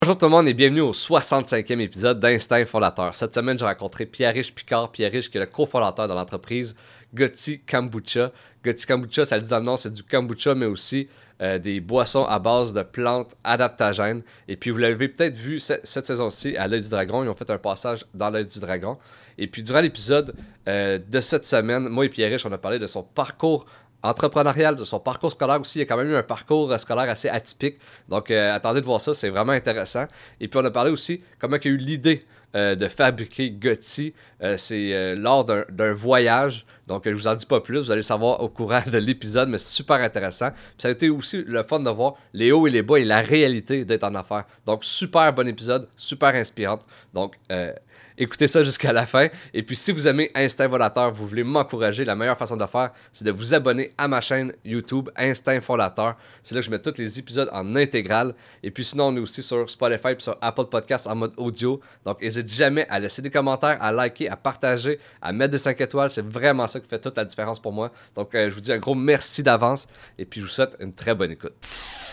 Bonjour tout le monde et bienvenue au 65e épisode d'Instinct Fondateur. Cette semaine, j'ai rencontré Pierre-Riche Picard. Pierre-Riche qui est le cofondateur de l'entreprise Gotti Kombucha. Gotti Kombucha, ça le dit dans le nom, c'est du kombucha, mais aussi des boissons à base de plantes adaptogènes. Et puis, vous l'avez peut-être vu cette saison-ci à l'Œil du Dragon. Ils ont fait un passage dans l'Œil du Dragon. Et puis, durant l'épisode de cette semaine, moi et Pierre-Riche, on a parlé de son parcours entrepreneurial, de son parcours scolaire aussi. Il y a quand même eu un parcours scolaire assez atypique. Donc, attendez de voir ça, c'est vraiment intéressant. Et puis, on a parlé aussi comment il y a eu l'idée de fabriquer Gotti. C'est lors d'un voyage. Donc, je vous en dis pas plus. Vous allez le savoir au courant de l'épisode, mais c'est super intéressant. Puis, ça a été aussi le fun de voir les hauts et les bas et la réalité d'être en affaires. Donc, super bon épisode, super inspirante. Donc, écoutez ça jusqu'à la fin. Et puis, si vous aimez Instinct Fondateur, vous voulez m'encourager, la meilleure façon de le faire, c'est de vous abonner à ma chaîne YouTube Instinct Fondateur. C'est là que je mets tous les épisodes en intégrale. Et puis, sinon, on est aussi sur Spotify et sur Apple Podcasts en mode audio. Donc, n'hésite jamais à laisser des commentaires, à liker, à partager, à mettre des 5 étoiles. C'est vraiment ça qui fait toute la différence pour moi. Donc, je vous dis un gros merci d'avance. Et puis, je vous souhaite une très bonne écoute.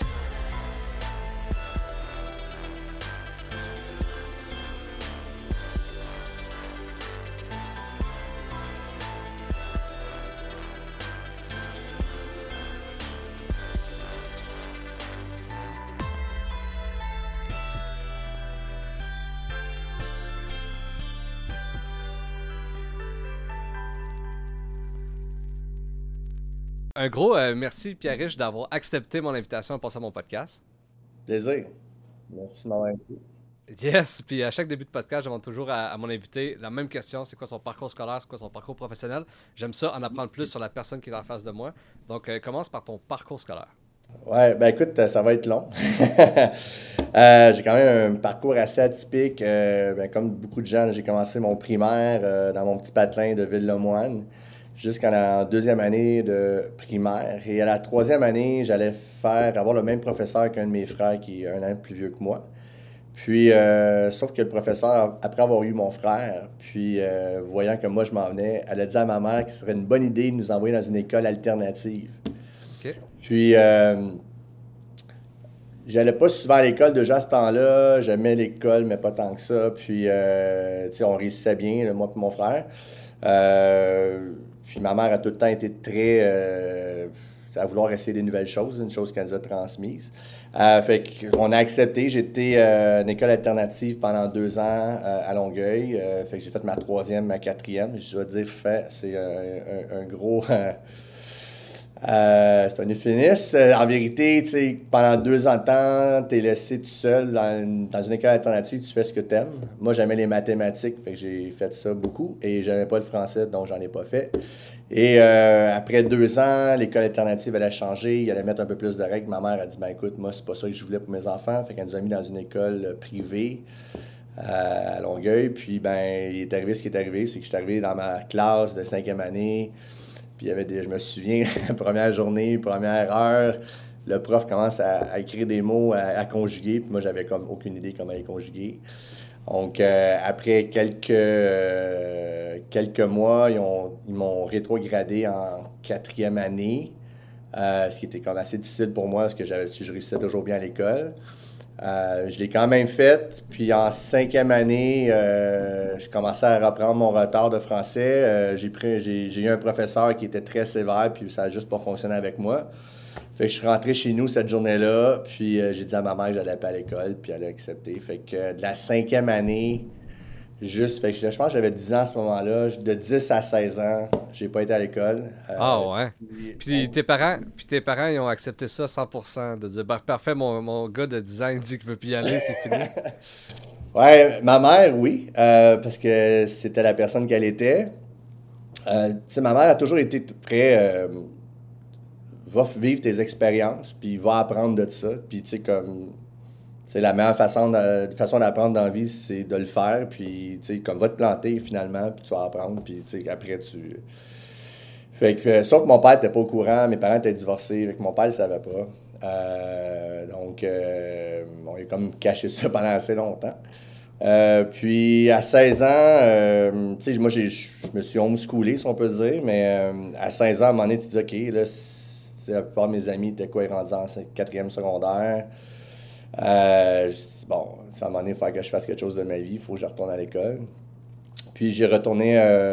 Un gros merci, Pierre-Riche, d'avoir accepté mon invitation à passer à mon podcast. Plaisir. Merci de m'avoir invité. Yes, puis à chaque début de podcast, je demande toujours à mon invité la même question, c'est quoi son parcours scolaire, c'est quoi son parcours professionnel. J'aime ça en apprendre plus sur la personne qui est en face de moi. Donc, commence par ton parcours scolaire. Ouais, ben écoute, ça va être long. J'ai quand même un parcours assez atypique. Ben, comme beaucoup de gens, j'ai commencé mon primaire dans mon petit patelin de Ville-le-Moine jusqu'à la deuxième année de primaire. Et à la troisième année, j'allais avoir le même professeur qu'un de mes frères qui est un an plus vieux que moi. Puis, sauf que le professeur, après avoir eu mon frère, puis voyant que moi je m'en venais, elle a dit à ma mère que ce serait une bonne idée de nous envoyer dans une école alternative. OK? Puis, j'allais pas souvent à l'école déjà à ce temps-là. J'aimais l'école, mais pas tant que ça. Puis, tu sais, on réussissait bien, là, moi et mon frère. Puis, ma mère a tout le temps été très à vouloir essayer des nouvelles choses, une chose qu'elle nous a transmise. Fait qu'on a accepté. J'étais à une école alternative pendant 2 ans à Longueuil. Fait que j'ai fait ma troisième, ma quatrième. Je dois dire, c'est un gros. C'est un euphémisme. En vérité, tu sais, pendant 2 ans de temps, t'es laissé tout seul dans une école alternative, tu fais ce que t'aimes. Moi, j'aimais les mathématiques, fait que j'ai fait ça beaucoup. Et j'aimais pas le français, donc j'en ai pas fait. Et après 2 ans, l'école alternative, elle a changé. Il allait mettre un peu plus de règles. Ma mère a dit, ben écoute, moi, c'est pas ça que je voulais pour mes enfants. Fait qu'elle nous a mis dans une école privée à Longueuil. Puis, ben, il est arrivé ce qui est arrivé. C'est que je suis arrivé dans ma classe de 5e année. Puis il y avait je me souviens, première journée, première heure, le prof commence à écrire des mots, à conjuguer, puis moi j'avais comme aucune idée comment les conjuguer. Donc après quelques mois, ils m'ont rétrogradé en quatrième année, ce qui était comme assez difficile pour moi parce que je réussissais toujours bien à l'école. Je l'ai quand même fait. Puis en cinquième année, je commençais à reprendre mon retard de français. J'ai eu un professeur qui était très sévère, puis ça n'a juste pas fonctionné avec moi. Fait que je suis rentré chez nous cette journée-là, puis j'ai dit à ma mère que j'allais pas à l'école, puis elle a accepté. Fait que de la cinquième année, fait que je pense que j'avais 10 ans à ce moment-là. De 10 à 16 ans, j'ai pas été à l'école. Ah ouais. Puis Puis tes parents, ils ont accepté ça 100%, de dire, bah, parfait, mon gars de 10 ans, il dit qu'il veut plus y aller, c'est fini. Ouais, ma mère, oui, parce que c'était la personne qu'elle était. Tu sais, ma mère a toujours été très. Va vivre tes expériences, puis va apprendre de ça. Puis, tu sais, comme. C'est la meilleure façon d'apprendre dans la vie, c'est de le faire. Puis, tu sais, comme va te planter finalement, puis tu vas apprendre. Puis, tu sais, après, tu. Fait que, sauf que mon père n'était pas au courant, mes parents étaient divorcés, fait que mon père ne le savait pas. Donc, on a comme caché ça pendant assez longtemps. Puis à 16 ans, tu sais, moi je me suis homeschoolé, si on peut dire, mais à 16 ans, à un moment donné, tu te dis, OK, là, la plupart de mes amis étaient quoi, ils rendaient en quatrième secondaire. bon, ça m'a donné, il faut que je fasse quelque chose de ma vie, il faut que je retourne à l'école. Puis j'ai retourné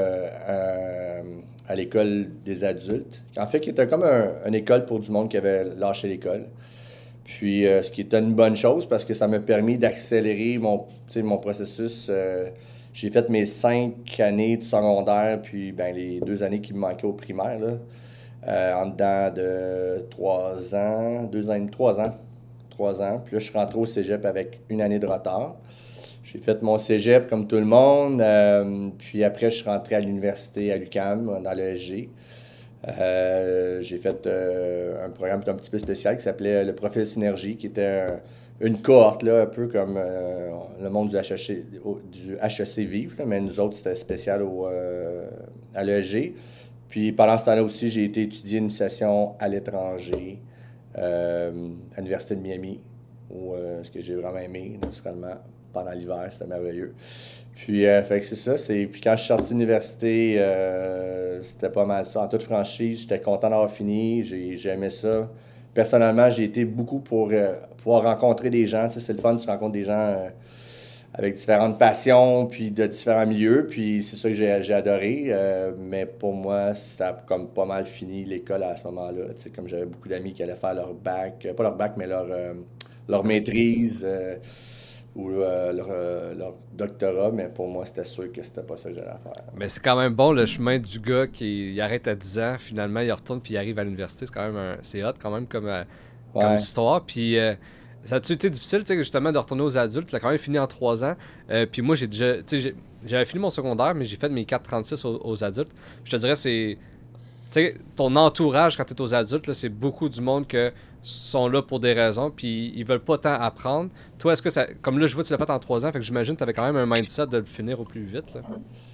à l'école des adultes, en fait, qui était comme une école pour du monde qui avait lâché l'école. Puis ce qui était une bonne chose parce que ça m'a permis d'accélérer mon processus. J'ai fait mes 5 années du secondaire, puis ben, les 2 années qui me manquaient au primaire, là, en dedans de 3 ans, 2 ans et demi, 3 ans. 3 ans. Puis là, je suis rentré au cégep avec 1 année de retard. J'ai fait mon cégep comme tout le monde. Puis après, je suis rentré à l'université à l'UQAM, dans le SG. J'ai fait un programme un petit peu spécial qui s'appelait le Profil Synergie, qui était une cohorte, là, un peu comme le monde du HEC Vive, là, mais nous autres, c'était spécial à l'ESG. Puis pendant ce temps-là aussi, j'ai été étudier une session à l'étranger, à l'Université de Miami, ce que j'ai vraiment aimé, naturellement, pendant l'hiver, c'était merveilleux. Puis, fait que c'est ça. Puis quand je suis sorti de l'université, c'était pas mal ça. En toute franchise, j'étais content d'avoir fini. J'ai aimé ça. Personnellement, j'ai été beaucoup pour pouvoir rencontrer des gens. Tu sais, c'est le fun, tu rencontres des gens avec différentes passions, puis de différents milieux. Puis c'est ça que j'ai adoré. Mais pour moi, c'était comme pas mal fini l'école à ce moment-là. Tu sais, comme j'avais beaucoup d'amis qui allaient faire leur bac, pas leur bac, mais leur maîtrise. Ou leur doctorat, mais pour moi, c'était sûr que c'était pas ça que j'allais faire. Mais c'est quand même bon le chemin du gars qui il arrête à 10 ans, finalement il retourne puis il arrive à l'université. C'est quand même c'est hot quand même comme Ouais. histoire. Puis ça a-tu été difficile, tu sais, justement, de retourner aux adultes? Tu as quand même fini en 3 ans. Puis moi, j'ai déjà, tu sais, j'avais fini mon secondaire, mais j'ai fait mes 4,36 aux adultes. Puis je te dirais, c'est, tu sais, ton entourage quand tu es aux adultes, là, c'est beaucoup du monde que sont là pour des raisons, puis ils veulent pas tant apprendre. Toi, est-ce que ça. Comme là, je vois que tu l'as fait en 3 ans, fait que j'imagine que tu avais quand même un mindset de le finir au plus vite, là.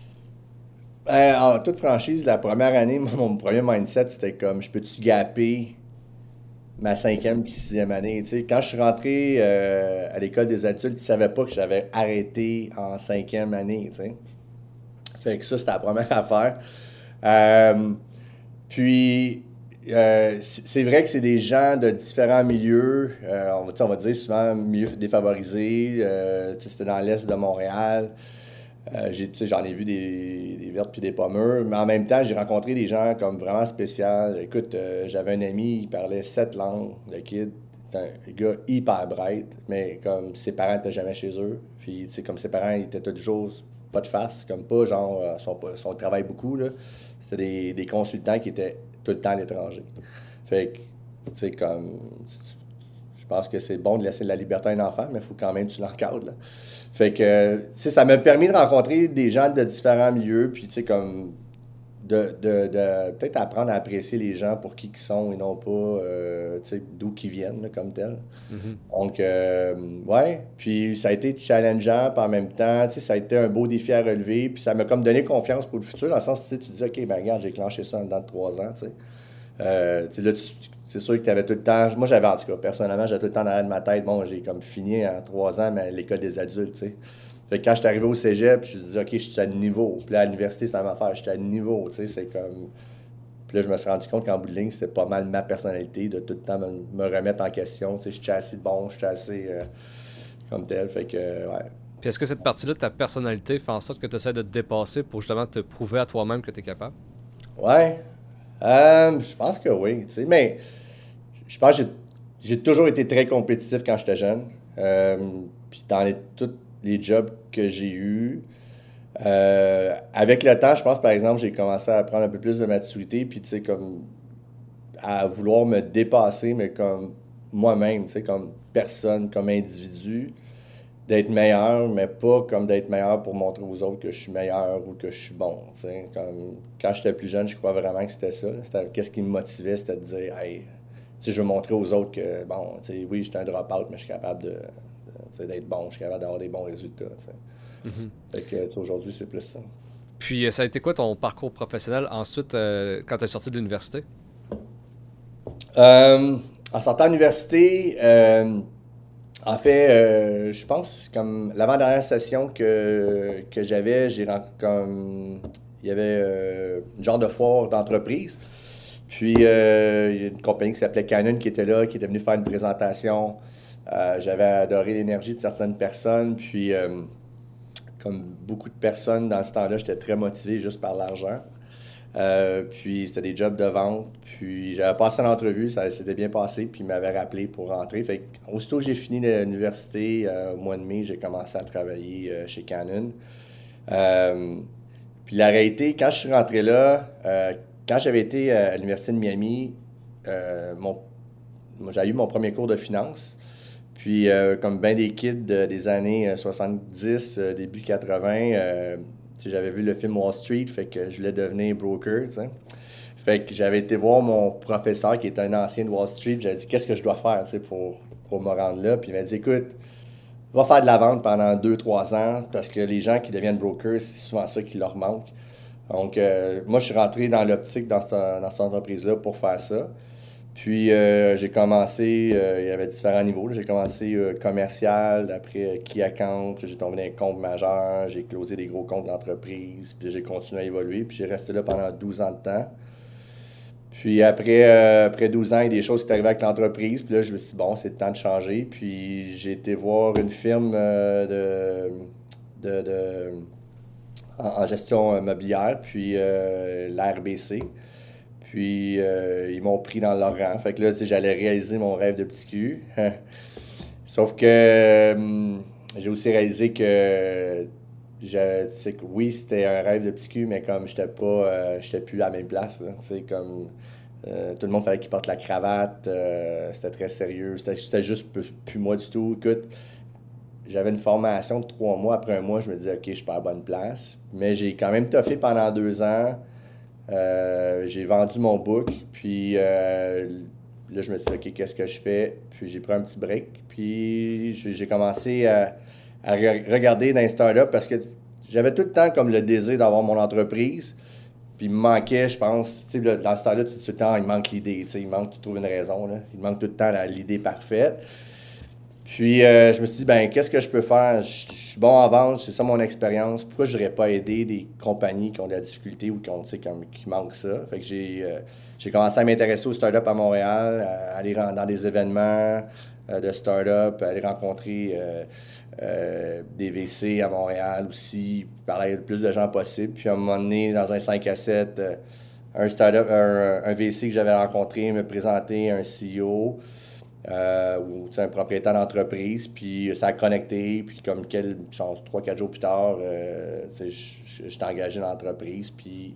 En toute franchise, la première année, mon premier mindset, c'était comme, je peux-tu gaper ma 5e puis 6e année? Tu sais, quand je suis rentré à l'école des adultes, ils ne savaient pas que j'avais arrêté en 5e année, tu sais. Fait que ça, c'était la première affaire. Euh, Puis, c'est vrai que c'est des gens de différents milieux. On va dire souvent milieux défavorisés. Tu sais, c'était dans l'est de Montréal. Tu sais, j'en ai vu des vertes puis des pommures. Mais en même temps, j'ai rencontré des gens comme vraiment spéciaux. Écoute, j'avais un ami, il parlait 7 langues, le kid. C'est un gars hyper bright, mais comme ses parents n'étaient jamais chez eux. Puis, tu sais, comme ses parents, ils étaient toujours pas de face, comme pas, genre, son travail beaucoup, là. C'était des consultants qui étaient tout le temps à l'étranger. Fait que, tu sais, comme, je pense que c'est bon de laisser de la liberté à un enfant, mais il faut quand même que tu l'encadres, là. Fait que, tu sais, ça m'a permis de rencontrer des gens de différents milieux, puis, tu sais, comme, de peut-être apprendre à apprécier les gens pour qui ils sont et non pas, tu sais, d'où qu'ils viennent, là, comme tel. Mhm. Donc, ouais, puis ça a été challengeant, puis en même temps, tu sais, ça a été un beau défi à relever, puis ça m'a comme donné confiance pour le futur, dans le sens où tu sais, tu dis, OK, ben regarde, j'ai clenché ça en dedans de 3 ans, tu sais. Tu sais, là, c'est sûr que tu avais tout le temps, moi j'avais en tout cas, personnellement, j'avais tout le temps dans l'arrêt de ma tête, bon, j'ai comme fini en 3 ans, mais à l'école des adultes, tu sais. Fait que quand je suis arrivé au cégep, je me disais, OK, je suis à niveau. Puis là, à l'université, c'est la même affaire, je suis à niveau, tu sais, c'est comme. Puis là, je me suis rendu compte qu'en bout de ligne, c'était pas mal ma personnalité de tout le temps me remettre en question. Tu sais, je suis assez bon, je suis assez comme tel. Fait que, ouais. Puis est-ce que cette partie-là de ta personnalité fait en sorte que tu essaies de te dépasser pour justement te prouver à toi-même que tu es capable? Ouais. Je pense que oui, tu sais. Mais je pense que j'ai toujours été très compétitif quand j'étais jeune. Puis dans tous les jobs que j'ai eus, avec le temps, je pense, par exemple, j'ai commencé à prendre un peu plus de maturité. Puis, tu sais, comme à vouloir me dépasser, mais comme moi-même, tu sais, comme personne, comme individu, d'être meilleur, mais pas comme d'être meilleur pour montrer aux autres que je suis meilleur ou que je suis bon, tu sais. Comme, quand j'étais plus jeune, je crois vraiment que c'était ça. Qu'est-ce qui me motivait, c'était de dire, hey, tu sais, je veux montrer aux autres que, bon, tu sais, oui, j'étais un drop-out, mais je suis capable tu sais, d'être bon, je suis capable d'avoir des bons résultats, tu sais. Mhm. Fait que, tu sais, aujourd'hui, c'est plus ça. Puis ça a été quoi ton parcours professionnel ensuite quand tu es sorti de l'université? Euh, En sortant de l'université, en fait, je pense comme l'avant-dernière session que j'avais, comme il y avait une genre de foire d'entreprise. Puis il y a une compagnie qui s'appelait Canon qui était là, qui était venue faire une présentation. J'avais adoré l'énergie de certaines personnes, puis comme beaucoup de personnes dans ce temps-là, j'étais très motivé juste par l'argent. Puis c'était des jobs de vente. Puis j'avais passé l'entrevue, ça s'était bien passé, puis ils m'avaient rappelé pour rentrer. Fait que, aussitôt que j'ai fini l'université, au mois de mai, j'ai commencé à travailler chez Canon. Euh, Puis la réalité, quand je suis rentré là, quand j'avais été à l'Université de Miami, moi, j'ai eu mon premier cours de finance. Puis, comme bien des kids des années 70, début 80, tu sais, j'avais vu le film Wall Street, fait que je voulais devenir broker, tu sais. Fait que j'avais été voir mon professeur qui était un ancien de Wall Street, j'avais dit qu'est-ce que je dois faire, tu sais, pour me rendre là. Puis il m'a dit écoute, va faire de la vente pendant 2 3 ans parce que les gens qui deviennent brokers, c'est souvent ça qui leur manque. Donc, moi, je suis rentré dans l'optique dans cette entreprise-là pour faire ça. Puis, j'ai commencé, il y avait différents niveaux, là. J'ai commencé commercial, après key account, puis j'ai tombé dans les comptes majeurs, j'ai closé des gros comptes d'entreprise, puis j'ai continué à évoluer, puis j'ai resté là pendant 12 ans de temps. Puis après 12 ans, il y a des choses qui sont arrivées avec l'entreprise, puis là, je me suis dit, bon, c'est le temps de changer, puis j'ai été voir une firme de, de- en gestion immobilière, puis l'ARBC. Puis ils m'ont pris dans leur rang. Fait que là, tu sais, j'allais réaliser mon rêve de petit cul. Sauf que j'ai aussi réalisé que tu sais, que oui, c'était un rêve de petit cul, mais comme j'étais plus à la même place, là. Tu sais, comme tout le monde fallait qu'il porte la cravate, c'était très sérieux, c'était juste plus moi du tout. Écoute, j'avais une formation de 3 mois. Après un mois, je me disais, OK, je suis pas à la bonne place. Mais j'ai quand même toffé pendant 2 ans. J'ai vendu mon book, puis là, je me suis dit, OK, qu'est-ce que je fais? Puis j'ai pris un petit break, puis j'ai commencé à regarder dans les startups parce que j'avais tout le temps comme le désir d'avoir mon entreprise, puis il me manquait, je pense, tu sais, dans ce temps-là, tout le temps, il manque l'idée, tu sais, il manque, tu trouves une raison, là. Il manque tout le temps l'idée parfaite. Puis je me suis dit, ben, qu'est-ce que je peux faire? Je suis bon en vente, c'est ça mon expérience. Pourquoi je n'aurais pas aidé des compagnies qui ont de la difficulté ou qui ont, tu sais, qui manquent ça? Fait que j'ai commencé à m'intéresser aux startups à Montréal, à aller dans des événements de startups, à aller rencontrer des VC à Montréal aussi, parler avec le plus de gens possible. Puis à un moment donné, dans un 5 à 7, un startup, un VC que j'avais rencontré me présentait un CEO ou un propriétaire d'entreprise, puis ça a connecté, puis comme quelle chance, 3 4 jours plus tard, j'étais engagé dans l'entreprise, puis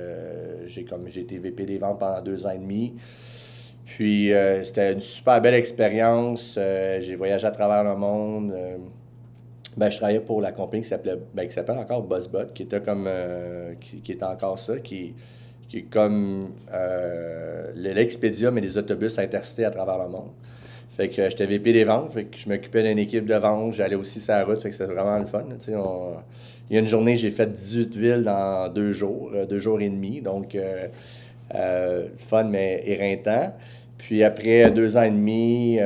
j'ai été VP des ventes pendant 2 ans et demi. Puis c'était une super belle expérience. J'ai voyagé à travers le monde. Ben, je travaillais pour la compagnie qui s'appelle encore BuzzBot, qui était comme qui est encore ça, qui est comme l'Expedia, mais des autobus intercités à travers le monde. Fait que j'étais VP des ventes, fait que je m'occupais d'une équipe de vente, j'allais aussi sur la route, fait que c'était vraiment le fun, là, tu sais, il y a une journée, j'ai fait 18 villes dans 2 jours, 2 jours et demi, donc fun mais éreintant. Puis après 2 ans et demi,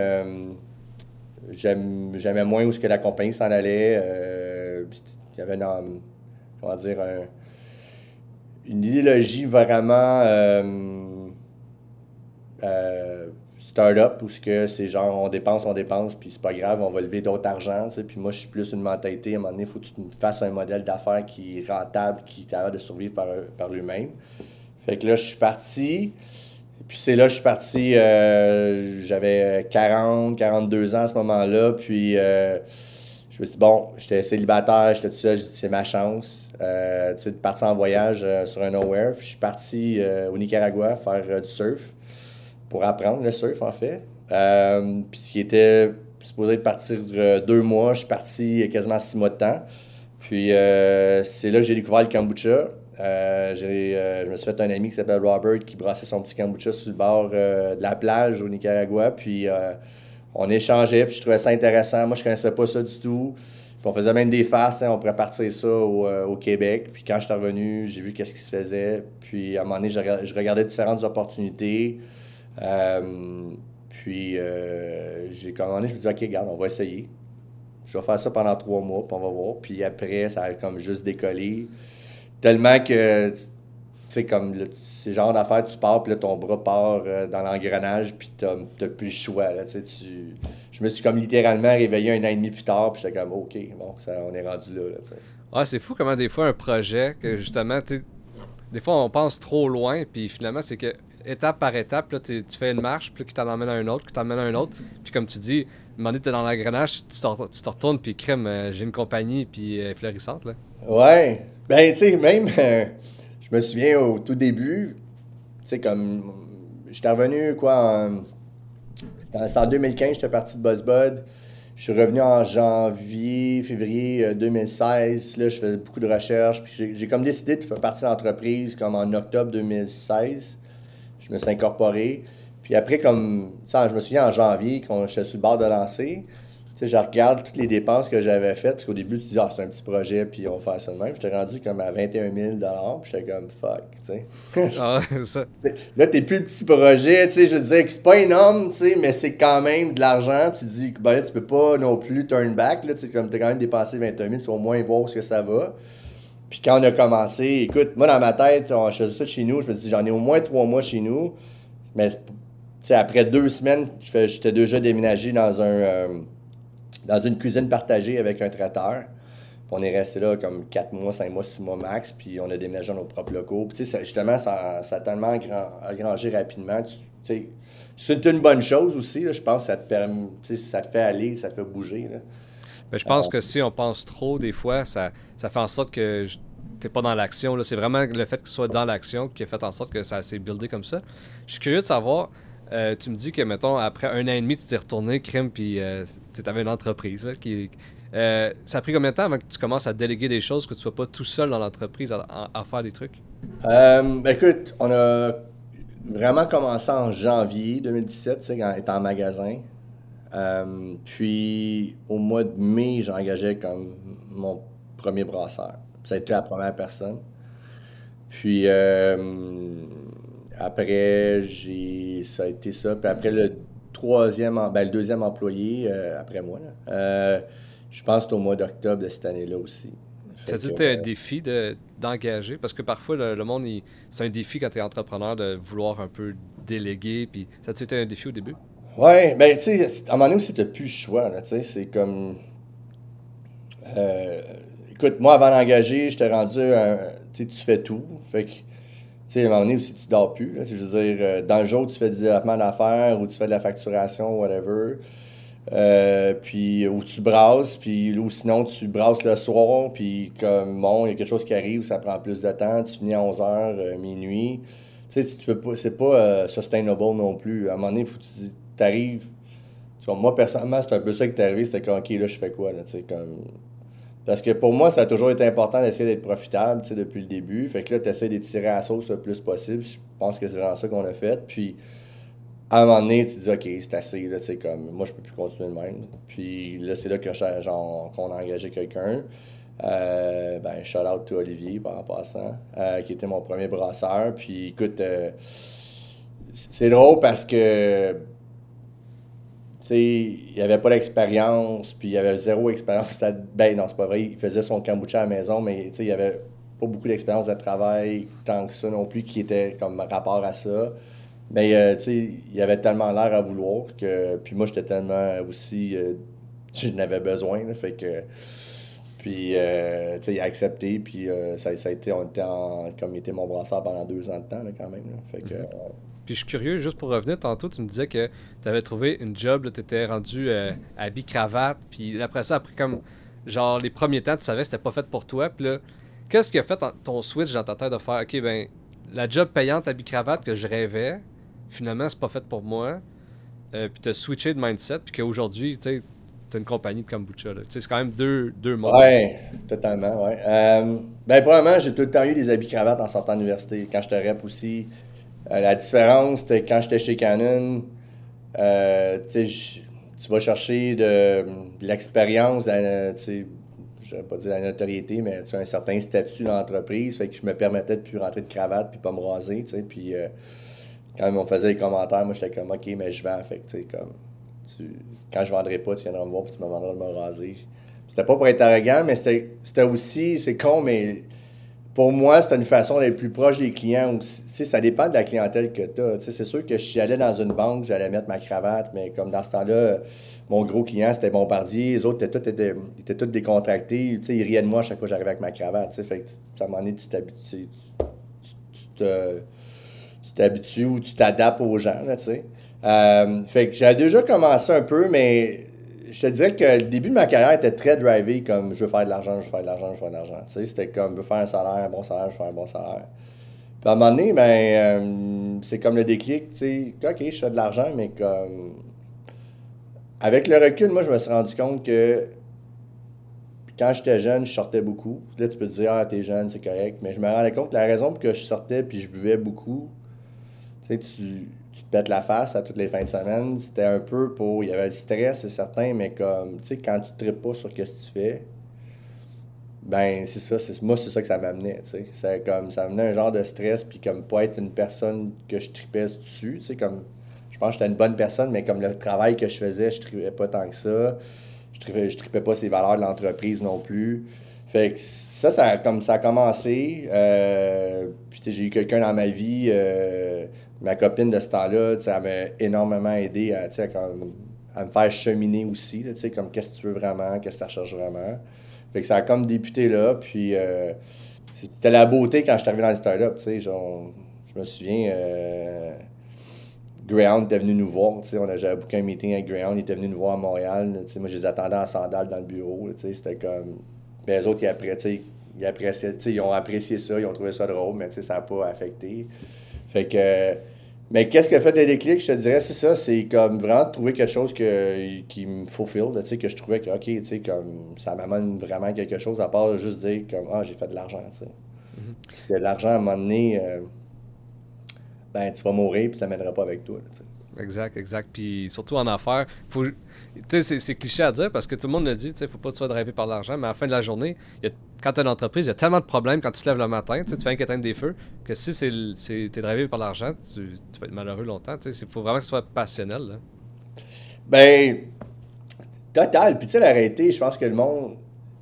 j'aimais moins où ce que la compagnie s'en allait. Il y avait comment dire, une idéologie vraiment start-up où ce que c'est genre on dépense, puis c'est pas grave, on va lever d'autres argent, tu sais. Puis moi, je suis plus une mentalité, à un moment donné, il faut que tu fasses un modèle d'affaires qui est rentable, qui est capable de survivre par lui-même. Fait que là, je suis parti. Puis c'est là que je suis parti, j'avais 42 ans à ce moment-là, puis je me suis dit, bon, j'étais célibataire, j'étais tout seul, j'ai dit, c'est ma chance, tu sais, de partir en voyage sur un nowhere. Puis je suis parti au Nicaragua faire du surf, pour apprendre le surf en fait. Puis ce qui était supposé partir 2 mois, je suis parti quasiment 6 mois de temps. Puis c'est là que j'ai découvert le kombucha. Je me suis fait un ami qui s'appelle Robert qui brassait son petit kombucha sur le bord de la plage au Nicaragua. Puis on échangeait, puis je trouvais ça intéressant. Moi, je connaissais pas ça du tout. Puis on faisait même des fasts, hein, on pourrait partir ça au Québec. Puis quand je suis revenu, j'ai vu qu'est-ce qui se faisait. Puis à un moment donné, je regardais différentes opportunités. Puis j'ai commandé, je me dis, OK, regarde, on va essayer. Je vais faire ça pendant 3 mois, puis on va voir. Puis après, ça a comme juste décollé. Tellement que, tu sais, comme ces genres d'affaires, tu pars, puis là, ton bras part dans l'engrenage, puis t'as plus le choix, là, tu sais, je me suis comme littéralement réveillé 1 an et demi plus tard, puis j'étais comme, OK, bon, ça, on est rendu là, tu sais. Ouais, c'est fou comment des fois un projet que justement, tu sais, des fois on pense trop loin, puis finalement c'est que étape par étape, là, tu fais une marche, puis qui t'en emmène à un autre, qui t'emmène à un autre, puis comme tu dis, un moment donné t'es dans l'engrenage, tu te retournes, puis crème, j'ai une compagnie, puis elle est florissante, là. Ouais. Ben, tu sais, même, je me souviens au tout début, tu sais, comme, j'étais revenu, quoi, c'était en 2015, j'étais parti de BuzzBud. Je suis revenu en janvier, février 2016. Là, je faisais beaucoup de recherches. Puis j'ai comme décidé de faire partie de l'entreprise comme en octobre 2016. Je me suis incorporé. Puis après, comme ça, je me souviens en janvier, quand j'étais sur le bord de lancer, tu sais, je regarde toutes les dépenses que j'avais faites. Parce qu'au début, tu te dis, ah, c'est un petit projet, puis on va faire ça de même. J'étais rendu comme à 21 000 puis j'étais comme, fuck, tu sais. Ah ouais, ça. Là, t'es plus le petit projet, tu sais, je veux dire que c'est pas énorme, tu sais, mais c'est quand même de l'argent. Puis tu te dis, ben là, tu peux pas non plus turn back, là, tu sais, comme t'as quand même dépensé 21 000, tu vas au moins voir où est-ce que ça va. Puis quand on a commencé, écoute, moi dans ma tête, je faisais ça de chez nous, je me dis, j'en ai au moins 3 mois chez nous. Mais, tu sais, après 2 semaines, j'étais déjà déménagé dans une cuisine partagée avec un traiteur. Puis on est resté là comme 4 mois, 5 mois, 6 mois max, puis on a déménagé dans nos propres locaux. Puis tu sais, justement, ça a tellement agrangé rapidement. Tu sais, c'est une bonne chose aussi, là, je pense que ça te permet, tu sais, ça te fait aller, ça te fait bouger, là. Ben, je pense que si on pense trop, des fois, ça fait en sorte que t'es pas dans l'action, là. C'est vraiment le fait que tu sois dans l'action qui a fait en sorte que ça s'est buildé comme ça. Je suis curieux de savoir, tu me dis que, mettons, après 1 an et demi, tu t'es retourné, crime, puis tu avais une entreprise, là, ça a pris combien de temps avant que tu commences à déléguer des choses, que tu sois pas tout seul dans l'entreprise à faire des trucs? Ben, écoute, on a vraiment commencé en janvier 2017, tu sais, quand on était en magasin. Puis au mois de mai, j'ai engagé comme mon premier brasseur. Ça a été la première personne. Puis après, ça a été ça. Puis après, le deuxième employé, après moi, là, je pense que c'est au mois d'octobre de cette année-là aussi. Ça Fait a que, été un défi d'engager? Parce que parfois, le monde, c'est un défi quand tu es entrepreneur de vouloir un peu déléguer. Puis ça a été un défi au début? ouais, ben, tu sais, à un moment donné aussi, t'as plus le choix, là, tu sais, c'est comme, euh, écoute, moi, avant d'engager, j'étais rendu, tu sais, tu fais tout, fait que, tu sais, à un moment donné aussi, tu dors plus, là, je veux dire, dans le jour, tu fais du développement d'affaires, ou tu fais de la facturation, whatever, puis, ou tu brasses, puis, ou sinon, tu brasses le soir, puis, comme, bon, il y a quelque chose qui arrive, ça prend plus de temps, tu finis à 11 h minuit, tu sais, tu peux pas, c'est pas sustainable non plus, à un moment donné, il faut que tu t'arrives. Tu vois, moi, personnellement, c'est un peu ça qui est arrivé. C'était comme, OK, là, je fais quoi, là, tu sais, comme... Parce que pour moi, ça a toujours été important d'essayer d'être profitable, tu sais, depuis le début. Fait que là, tu essaies d'étirer la sauce le plus possible. Je pense que c'est vraiment ça qu'on a fait. Puis, à un moment donné, tu te dis, OK, c'est assez, là, tu sais, comme, moi, je peux plus continuer de même. Puis là, c'est là que, genre, qu'on a engagé quelqu'un. Ben, shout out to Olivier, en passant, qui était mon premier brasseur. Puis, écoute, c'est drôle parce que tu sais, il avait pas d'expérience, puis il avait zéro expérience. Ben non, c'est pas vrai. Il faisait son kombucha à la maison, mais tu sais, il avait pas beaucoup d'expérience de travail tant que ça non plus qui était comme rapport à ça. Mais tu sais, il avait tellement l'air à vouloir que. Puis moi, j'étais tellement aussi. Je n'avais besoin, là, fait que. Puis, tu sais, il a accepté, puis ça a été. On était comme il était mon brasseur pendant 2 ans de temps, là, quand même, là. Fait que. Mhm. Puis je suis curieux, juste pour revenir, tantôt, tu me disais que tu avais trouvé une job, tu étais rendu habit-cravate, puis après ça, après comme, genre, les premiers temps, tu savais que c'était pas fait pour toi, puis là, qu'est-ce qui a fait ton switch dans ta tête de faire, ok, ben, la job payante habit-cravate que je rêvais, finalement, c'est pas fait pour moi, puis t'as switché de mindset, puis qu'aujourd'hui, tu sais, t'as une compagnie de kombucha, là. Tu sais, c'est quand même deux mondes, là. Ouais, totalement, ouais. Ben, probablement, j'ai tout le temps eu des habits cravates en sortant de l'université. Quand j'étais rep aussi, la différence, c'était quand j'étais chez Canon, tu sais, tu vas chercher de l'expérience, tu sais, je vais pas dire la notoriété, mais tu as un certain statut dans l'entreprise, fait que je me permettais de plus rentrer de cravate puis pas me raser, tu sais, puis quand on faisait des commentaires, moi j'étais comme, ok, mais je vends, fait que tu sais, comme, tu, quand je vendrai pas, tu viendras me voir puis tu me demanderas de me raser. C'était pas pour être arrogant, mais c'était aussi, c'est con, mais pour moi, c'était une façon d'être plus proche des clients aussi. Tu sais, ça dépend de la clientèle que tu as. Tu sais, c'est sûr que si j'allais dans une banque, j'allais mettre ma cravate, mais comme dans ce temps-là, mon gros client, c'était Bombardier. Les autres étaient tous décontractés. Tu sais, ils riaient de moi à chaque fois que j'arrivais avec ma cravate. Tu sais, fait que, à un moment donné, tu t'habitues. Tu te, tu t'habitues ou tu t'adaptes aux gens, là, tu sais. Fait que j'avais déjà commencé un peu, mais je te dirais que le début de ma carrière était très drivé comme je veux faire de l'argent, je veux faire de l'argent, je veux faire de l'argent. Tu sais, c'était comme je veux faire un salaire, un bon salaire, je veux faire un bon salaire. Puis à un moment donné, c'est comme le déclic, tu sais, ok, je fais de l'argent, mais comme. Avec le recul, moi, je me suis rendu compte que quand j'étais jeune, je sortais beaucoup. Là, tu peux te dire, ah, t'es jeune, c'est correct. Mais je me rendais compte que la raison pour que je sortais puis je buvais beaucoup, tu sais, tu te pètes la face à toutes les fins de semaine. C'était un peu pour. Il y avait le stress, c'est certain, mais comme, tu sais, quand tu ne tripes pas sur ce que tu fais, ben, c'est ça. Moi, c'est ça que ça m'amenait, tu sais. C'est comme, ça m'amenait un genre de stress, puis comme pas être une personne que je tripais dessus, tu sais, comme. Je pense que j'étais une bonne personne, mais comme le travail que je faisais, je tripais pas tant que ça. Je tripais pas ces valeurs de l'entreprise non plus. Fait que comme ça a commencé. Puis tu sais, j'ai eu quelqu'un dans ma vie, ma copine de ce temps-là, tu sais, elle m'a énormément aidé à, tu sais, à me faire cheminer aussi, là, tu sais, comme qu'est-ce que tu veux vraiment, qu'est-ce que ça recherche vraiment. Fait que ça a comme débuté là, puis c'était la beauté quand je suis arrivé dans les startups, tu sais, genre, je me souviens, Greyhound était venu nous voir, tu sais, j'avais booké un meeting avec Greyhound, il était venu nous voir à Montréal, tu sais, moi je les attendais en sandales dans le bureau, tu sais, c'était comme. Mais les autres, ils appréciaient, tu sais, ils ont apprécié ça, ils ont trouvé ça drôle, mais tu sais, ça n'a pas affecté. Fait que. Mais qu'est-ce qui a fait le déclic, je te dirais, c'est ça, c'est comme vraiment de trouver quelque chose qui me fulfill, tu sais, que je trouvais que, ok, tu sais, comme ça m'amène vraiment quelque chose, à part juste dire, comme, ah, j'ai fait de l'argent, tu sais. Mhm. Parce que l'argent, à un moment donné, ben, tu vas mourir, puis ça ne mènera pas avec toi, là, tu sais. Exact, exact. Puis surtout en affaires, faut, tu sais, c'est cliché à dire parce que tout le monde le dit, tu sais, faut pas que tu sois drivé par l'argent, mais à la fin de la journée, quand tu as une entreprise, il y a tellement de problèmes quand tu te lèves le matin, tu sais, tu fais qu'éteindre des feux, que si t'es drivé par l'argent, tu vas être malheureux longtemps. Tu sais, il faut vraiment que ce soit passionnel, là. Ben, total. Puis tu sais, la réalité, je pense que le monde,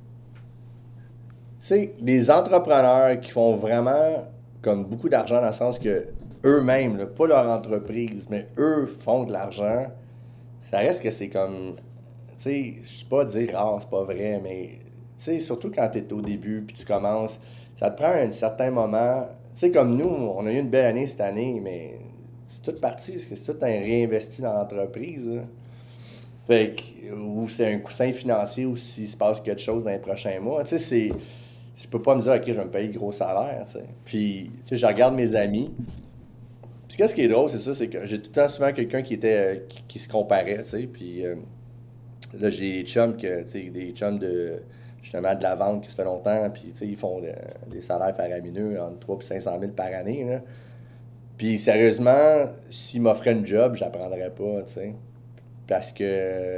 tu sais, les entrepreneurs qui font vraiment comme beaucoup d'argent dans le sens que eux-mêmes, là, pas leur entreprise, mais eux font de l'argent, ça reste que c'est comme, tu sais, je sais pas dire rare, c'est pas vrai, mais tu sais, surtout quand t'es au début puis tu commences, ça te prend un certain moment. Tu sais, comme nous, on a eu une belle année cette année, mais c'est toute partie, parce que c'est tout un réinvesti dans l'entreprise, là. Fait que, ou c'est un coussin financier ou s'il se passe quelque chose dans les prochains mois. Tu sais, je peux pas me dire, OK, je vais me payer le gros salaire, tu sais. Puis, tu sais, je regarde mes amis. Puis, qu'est-ce qui est drôle, c'est ça, c'est que j'ai tout le temps souvent quelqu'un qui se comparait, tu sais. Puis, là, j'ai des chums, tu sais, des chums justement, de la vente qui se fait longtemps. Puis, tu sais, ils font des salaires faramineux, entre 3 et 500 000 par année, là. Puis, sérieusement, s'ils m'offraient une job, je l'apprendrais pas, tu sais. Parce que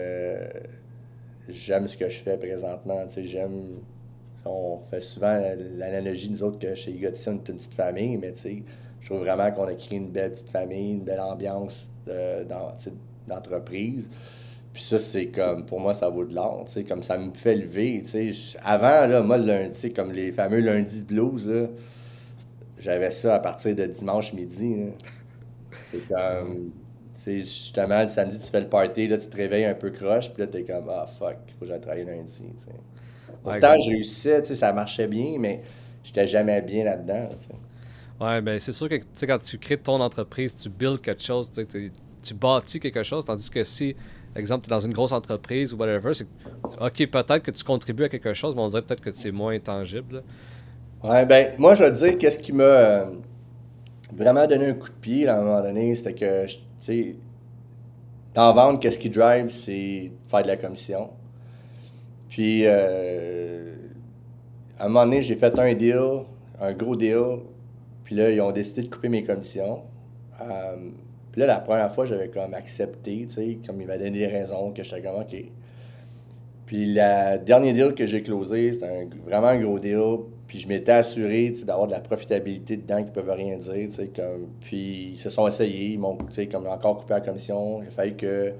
j'aime ce que je fais présentement. Tu sais, j'aime. On fait souvent l'analogie, nous autres, que chez Gotti, on est une petite famille, mais tu sais, je trouve vraiment qu'on a créé une belle petite famille, une belle ambiance tu sais, d'entreprise. Puis ça, c'est comme, pour moi, ça vaut de l'or, tu sais, comme ça me fait lever, tu sais. Avant, là, moi, le lundi, comme les fameux lundis de blues, là, j'avais ça à partir de dimanche midi, là. C'est Ouais. comme, c'est justement, le samedi, tu fais le party, là, tu te réveilles un peu croche, puis là, t'es comme, ah, fuck, faut que j'aille travailler lundi, tu sais. Ouais, Pourtant, exact. je réussissais, tu sais, ça marchait bien, mais j'étais jamais bien là-dedans, tu sais. Ouais, ben c'est sûr que tu sais, quand tu crées ton entreprise, tu builds quelque chose, tu sais, tu bâtis quelque chose, tandis que si, exemple, tu es dans une grosse entreprise ou whatever, c'est ok, peut-être que tu contribues à quelque chose, mais on dirait peut-être que c'est moins tangible, là. Ouais, ben, moi, je vais te dire, qu'est-ce qui m'a vraiment donné un coup de pied, là, à un moment donné, c'était que, tu sais, dans vente, qu'est-ce qui drive, c'est faire de la commission. Puis, à un moment donné, j'ai fait un deal, un gros deal, puis là, ils ont décidé de couper mes commissions. Euh, puis là, la première fois, j'avais comme accepté, tu sais, comme il m'a donné des raisons, que j'étais comme, OK. Puis la dernier deal que j'ai closé, c'était vraiment un gros deal. Puis je m'étais assuré, tu sais, d'avoir de la profitabilité dedans qui peuvent rien dire, tu sais, comme. Puis ils se sont essayés, ils m'ont, tu sais, comme encore coupé la commission. Il a fallu que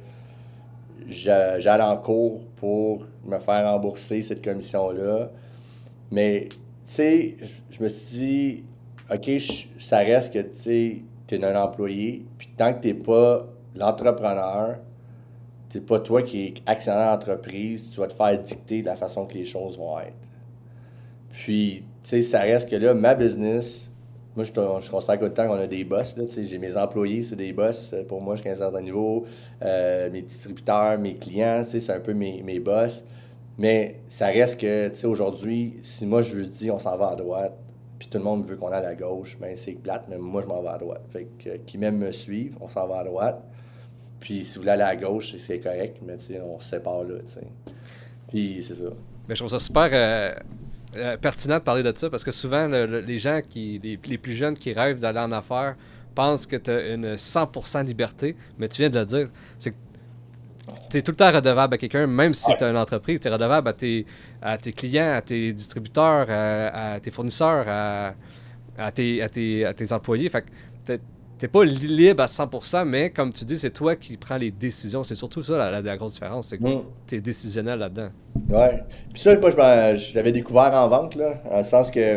j'aille en cours pour me faire rembourser cette commission-là. Mais sais, je me suis dit, OK, ça reste que, tu sais, t'es un employé, puis tant que t'es pas l'entrepreneur, t'es pas toi qui es actionnaire d'entreprise, tu vas te faire dicter de la façon que les choses vont être. Puis, tu sais, ça reste que là, ma business, moi, je considère qu'au temps qu'on a des boss, là, tu sais, j'ai mes employés, c'est des boss pour moi jusqu'à un certain niveau, mes distributeurs, mes clients, tu sais, c'est un peu mes boss. Mais ça reste que, tu sais, aujourd'hui, si moi je dis on s'en va à droite, puis tout le monde veut qu'on aille à gauche, ben c'est plate, mais moi je m'en vais à droite. Fait que qui même me suivent, on s'en va à droite. Puis si vous voulez aller à gauche, c'est correct, mais tu sais, on se sépare là, tu sais. Puis c'est ça. Mais je trouve ça super pertinent de parler de ça parce que souvent, les gens les plus jeunes qui rêvent d'aller en affaires pensent que tu as une 100% liberté, mais tu viens de le dire, c'est que tu es tout le temps redevable à quelqu'un, même si tu Ouais. as une entreprise, tu es redevable à tes clients, à tes distributeurs, à tes fournisseurs, à tes employés. Fait que t'es pas libre à 100%, mais comme tu dis, c'est toi qui prends les décisions. C'est surtout ça la grosse différence, c'est que Mm. tu es décisionnel là-dedans. Ouais. Puis ça, moi, je l'avais découvert en vente, là, dans le sens que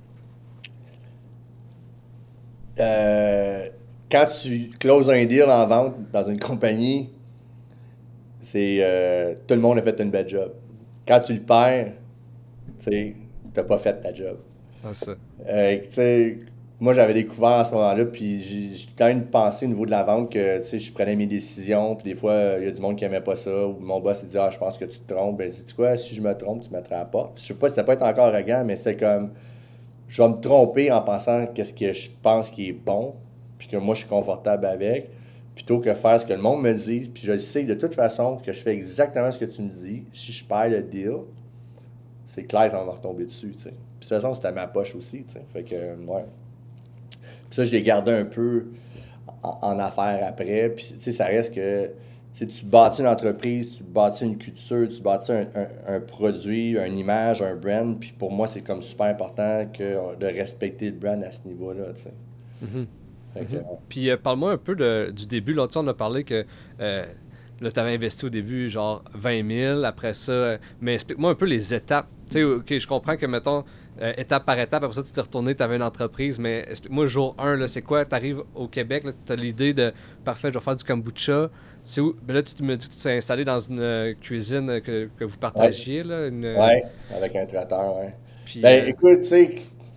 euh, quand tu closes un deal en vente dans une compagnie, c'est tout le monde a fait une belle job. Quand tu le perds, tu sais, t'as pas fait ta job. Ah, c'est ça. Tu sais, moi, j'avais découvert à ce moment-là, puis j'ai quand même pensé au niveau de la vente que, tu sais, je prenais mes décisions, puis des fois, il y a du monde qui aimait pas ça, ou mon boss, il dit, ah, je pense que tu te trompes. Ben, dis quoi, si je me trompe, tu me mettras à la porte. Puis je sais pas si ça peut être encore arrogant, mais c'est comme, je vais me tromper en pensant qu'est-ce que je pense qui est bon, puis que moi, je suis confortable avec, plutôt que faire ce que le monde me dit, puis je sais de toute façon que je fais exactement ce que tu me dis. Si je perds le deal, c'est clair qu'on va retomber dessus, tu sais. Puis de toute façon, c'était à ma poche aussi, tu sais. Fait que, ouais. Puis ça, je l'ai gardé un peu en affaires après. Puis, tu sais, ça reste que tu sais, tu bâtis une entreprise, tu bâtis une culture, tu bâtis un produit, une image, un brand. Puis pour moi, c'est comme super important de respecter le brand à ce niveau-là, tu sais. Mhm. Fait que, Mhm. Puis parle-moi un peu du début. Là, tu sais, on a parlé que là, tu avais investi au début genre 20 000, après ça. Mais explique-moi un peu les étapes. Tu sais, ok, je comprends que, mettons, étape par étape, après ça, tu t'es retourné, tu avais une entreprise, mais explique-moi, jour 1, là, c'est quoi? Tu arrives au Québec, tu as l'idée de, parfait, je vais faire du kombucha. C'est où? Mais là, tu me dis que tu t'es installé dans une cuisine que vous ouais, partagiez, là. ouais, avec un traiteur, ouais. Puis, Ben, écoute, tu sais,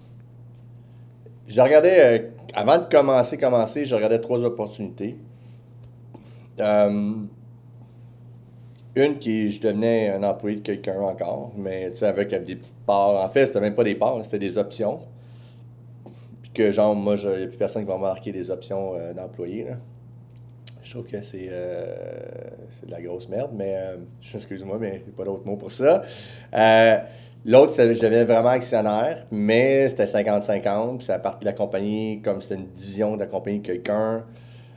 je regardais, avant de commencer, je regardais trois opportunités. Euh, Une qui, je devenais un employé de quelqu'un encore, mais tu sais, avec des petites parts. En fait, c'était même pas des parts, c'était des options. Puis que, genre, moi, il n'y a plus personne qui va marquer des options d'employé, là. Je trouve que c'est de la grosse merde, mais excuse-moi, mais il n'y a pas d'autre mot pour ça. Euh, L'autre, je devenais vraiment actionnaire, mais c'était 50-50, puis ça partie de la compagnie, comme c'était une division de la compagnie de quelqu'un.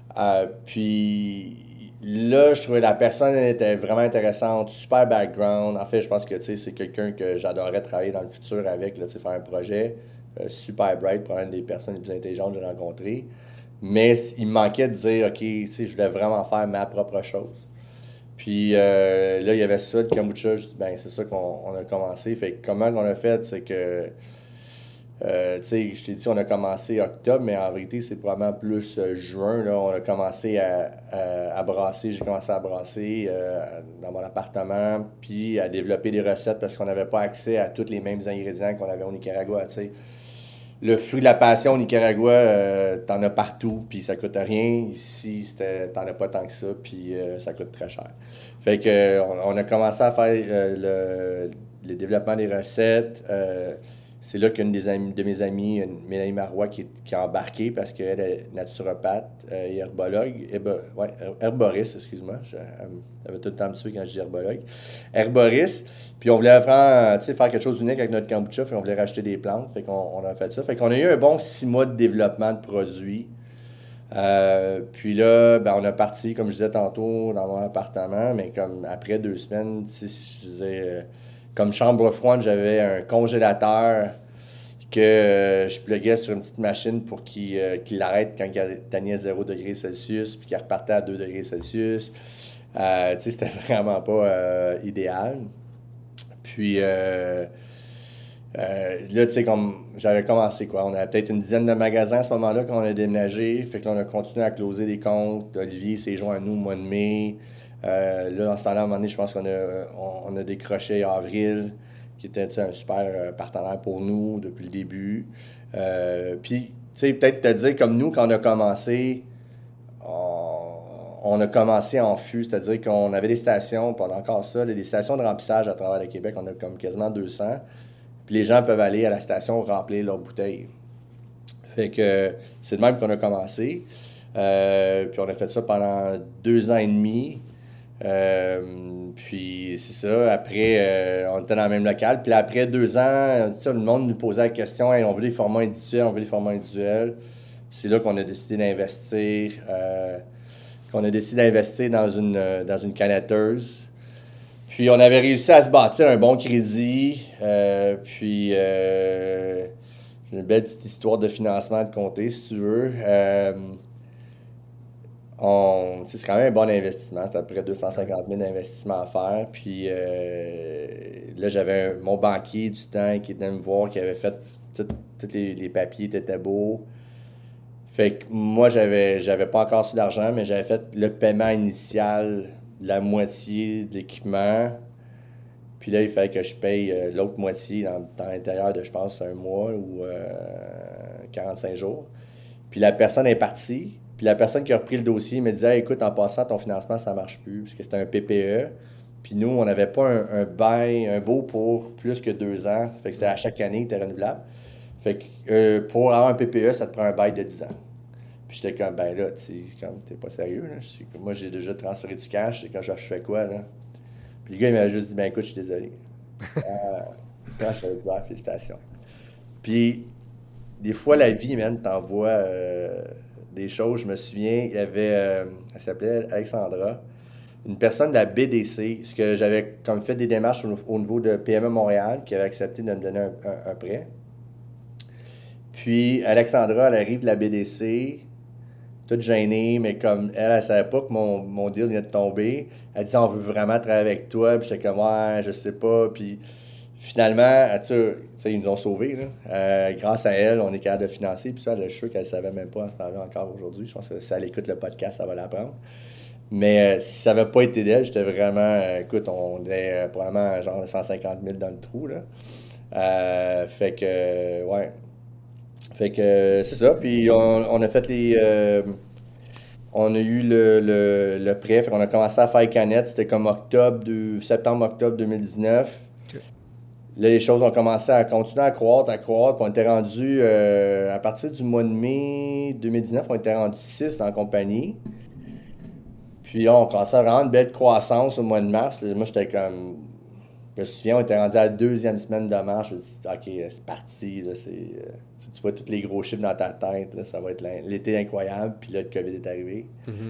Puis là, je trouvais la personne était vraiment intéressante, super background. En fait, je pense que tu sais, c'est quelqu'un que j'adorerais travailler dans le futur avec, là, tu sais, faire un projet. Super bright, probablement une des personnes les plus intelligentes que j'ai rencontrées. Mais il me manquait de dire, OK, tu sais, je voulais vraiment faire ma propre chose. Puis là, il y avait ça, le kombucha. Je dis, ben, c'est ça qu'on a commencé. Fait que comment on a fait, c'est que tu sais, je t'ai dit, on a commencé octobre, mais en vérité, c'est probablement plus juin. Là, on a commencé à brasser. J'ai commencé à brasser dans mon appartement, puis à développer des recettes parce qu'on n'avait pas accès à tous les mêmes ingrédients qu'on avait au Nicaragua. Tu sais. Le fruit de la passion au Nicaragua, t'en as partout, puis ça coûte rien. Ici, t'en as pas tant que ça, puis ça coûte très cher. Fait que, on a commencé à faire le développement des recettes. C'est là qu'une de mes amies, Mélanie Marois, qui a embarqué parce qu'elle est naturopathe et herbologue. Ouais, herboriste, excuse-moi. Elle avait tout le temps me tuer quand je dis herbologue. Herboriste. Puis on voulait vraiment, tu sais, faire quelque chose d'unique avec notre kombucha, fait qu'on voulait racheter des plantes, fait qu'on a fait ça. Fait qu'on a eu un bon 6 mois de développement de produits. Puis là, ben, on a parti, comme je disais tantôt, dans mon appartement, mais comme après 2 semaines, tu sais, je disais, comme chambre froide, j'avais un congélateur que je pluguais sur une petite machine pour qu'il l'arrête quand il atteignait 0 degré Celsius, puis qu'il repartait à 2 degrés Celsius. Tu sais, c'était vraiment pas idéal. Puis, Là, tu sais, comme j'avais commencé, quoi. On avait peut-être une dizaine de magasins à ce moment-là quand on a déménagé. Fait que là, on a continué à closer des comptes. Olivier s'est joint à nous au mois de mai. Là, dans ce temps-là, à un moment donné, je pense qu'on a décroché Avril, qui était tu sais, un super partenaire pour nous depuis le début. Puis, tu sais, peut-être te dire, comme nous, quand on a commencé, on a commencé en fût, c'est-à-dire qu'on avait des stations, puis on a encore ça, là, des stations de remplissage à travers le Québec. On a comme quasiment 200. Puis les gens peuvent aller à la station remplir leurs bouteilles. Fait que c'est de même qu'on a commencé. Puis on a fait ça pendant 2 ans et demi. Puis c'est ça. Après, on était dans le même local. Puis après 2 ans, tu sais, le monde nous posait la question, hey, on veut des formats individuels, on veut des formats individuels. Puis c'est là qu'on a décidé d'investir. Dans une canetteuse. Puis on avait réussi à se bâtir un bon crédit. J'ai une belle petite histoire de financement à te conter, si tu veux. Tu sais, c'est quand même un bon investissement. C'était à peu près 250 000 d'investissement à faire. Puis là, j'avais mon banquier du temps qui était me voir, qui avait fait tous les papiers étaient beaux. Fait que moi, j'avais pas encore su d'argent, mais j'avais fait le paiement initial de la moitié de l'équipement. Puis là, il fallait que je paye l'autre moitié dans l'intérieur de, je pense, un mois ou 45 jours. Puis la personne est partie. Puis la personne qui a repris le dossier me disait, hey, écoute, en passant, ton financement, ça marche plus, parce que c'était un PPE. Puis nous, on n'avait pas un bail, un beau pour plus que 2 ans. Fait que c'était à chaque année, il était renouvelable. Fait que pour avoir un PPE, ça te prend un bail de 10 ans. Puis j'étais comme, ben là, tu sais, comme, t'es pas sérieux, là. Moi, j'ai déjà transféré du cash, c'est quand je fais quoi, là? Puis le gars, il m'a juste dit, ben écoute, je suis désolé. Quand je fais dire, félicitations. Puis, des fois, la vie, man, t'envoie des choses. Je me souviens, il y avait, elle s'appelait Alexandra, une personne de la BDC, parce que j'avais comme fait des démarches au niveau de PME Montréal, qui avait accepté de me donner un prêt. Puis, Alexandra, elle arrive de la BDC, toute gênée, mais comme elle savait pas que mon deal venait de tomber. Elle dit, on veut vraiment travailler avec toi. Puis j'étais comme, ouais, je sais pas. Puis finalement, tu sais, ils nous ont sauvés, là. Grâce à elle, on est capable de financer. Puis ça, je suis sûr qu'elle savait même pas à ce temps-là encore aujourd'hui. Je pense que si elle écoute le podcast, ça va l'apprendre. Mais si ça n'avait pas été d'elle, j'étais vraiment, écoute, on est probablement genre 150 000 dans le trou, là. Fait que, ouais. Fait que c'est ça. Puis on a fait on a eu le prêt. Fait qu'on a commencé à faire canette. C'était comme septembre-octobre 2019. Ok. Là, les choses ont commencé à continuer à croître, à croître. Puis on était rendu, à partir du mois de mai 2019, on était rendu 6 dans la compagnie. Puis là, on commençait à vraiment une belle croissance au mois de mars. Là, moi, j'étais comme. Je me souviens, on était rendu à la deuxième semaine de mars. Je me suis dit, OK, c'est parti. Là, tu vois tous les gros chiffres dans ta tête. Là, ça va être l'été incroyable. Puis là, le COVID est arrivé. Mhm.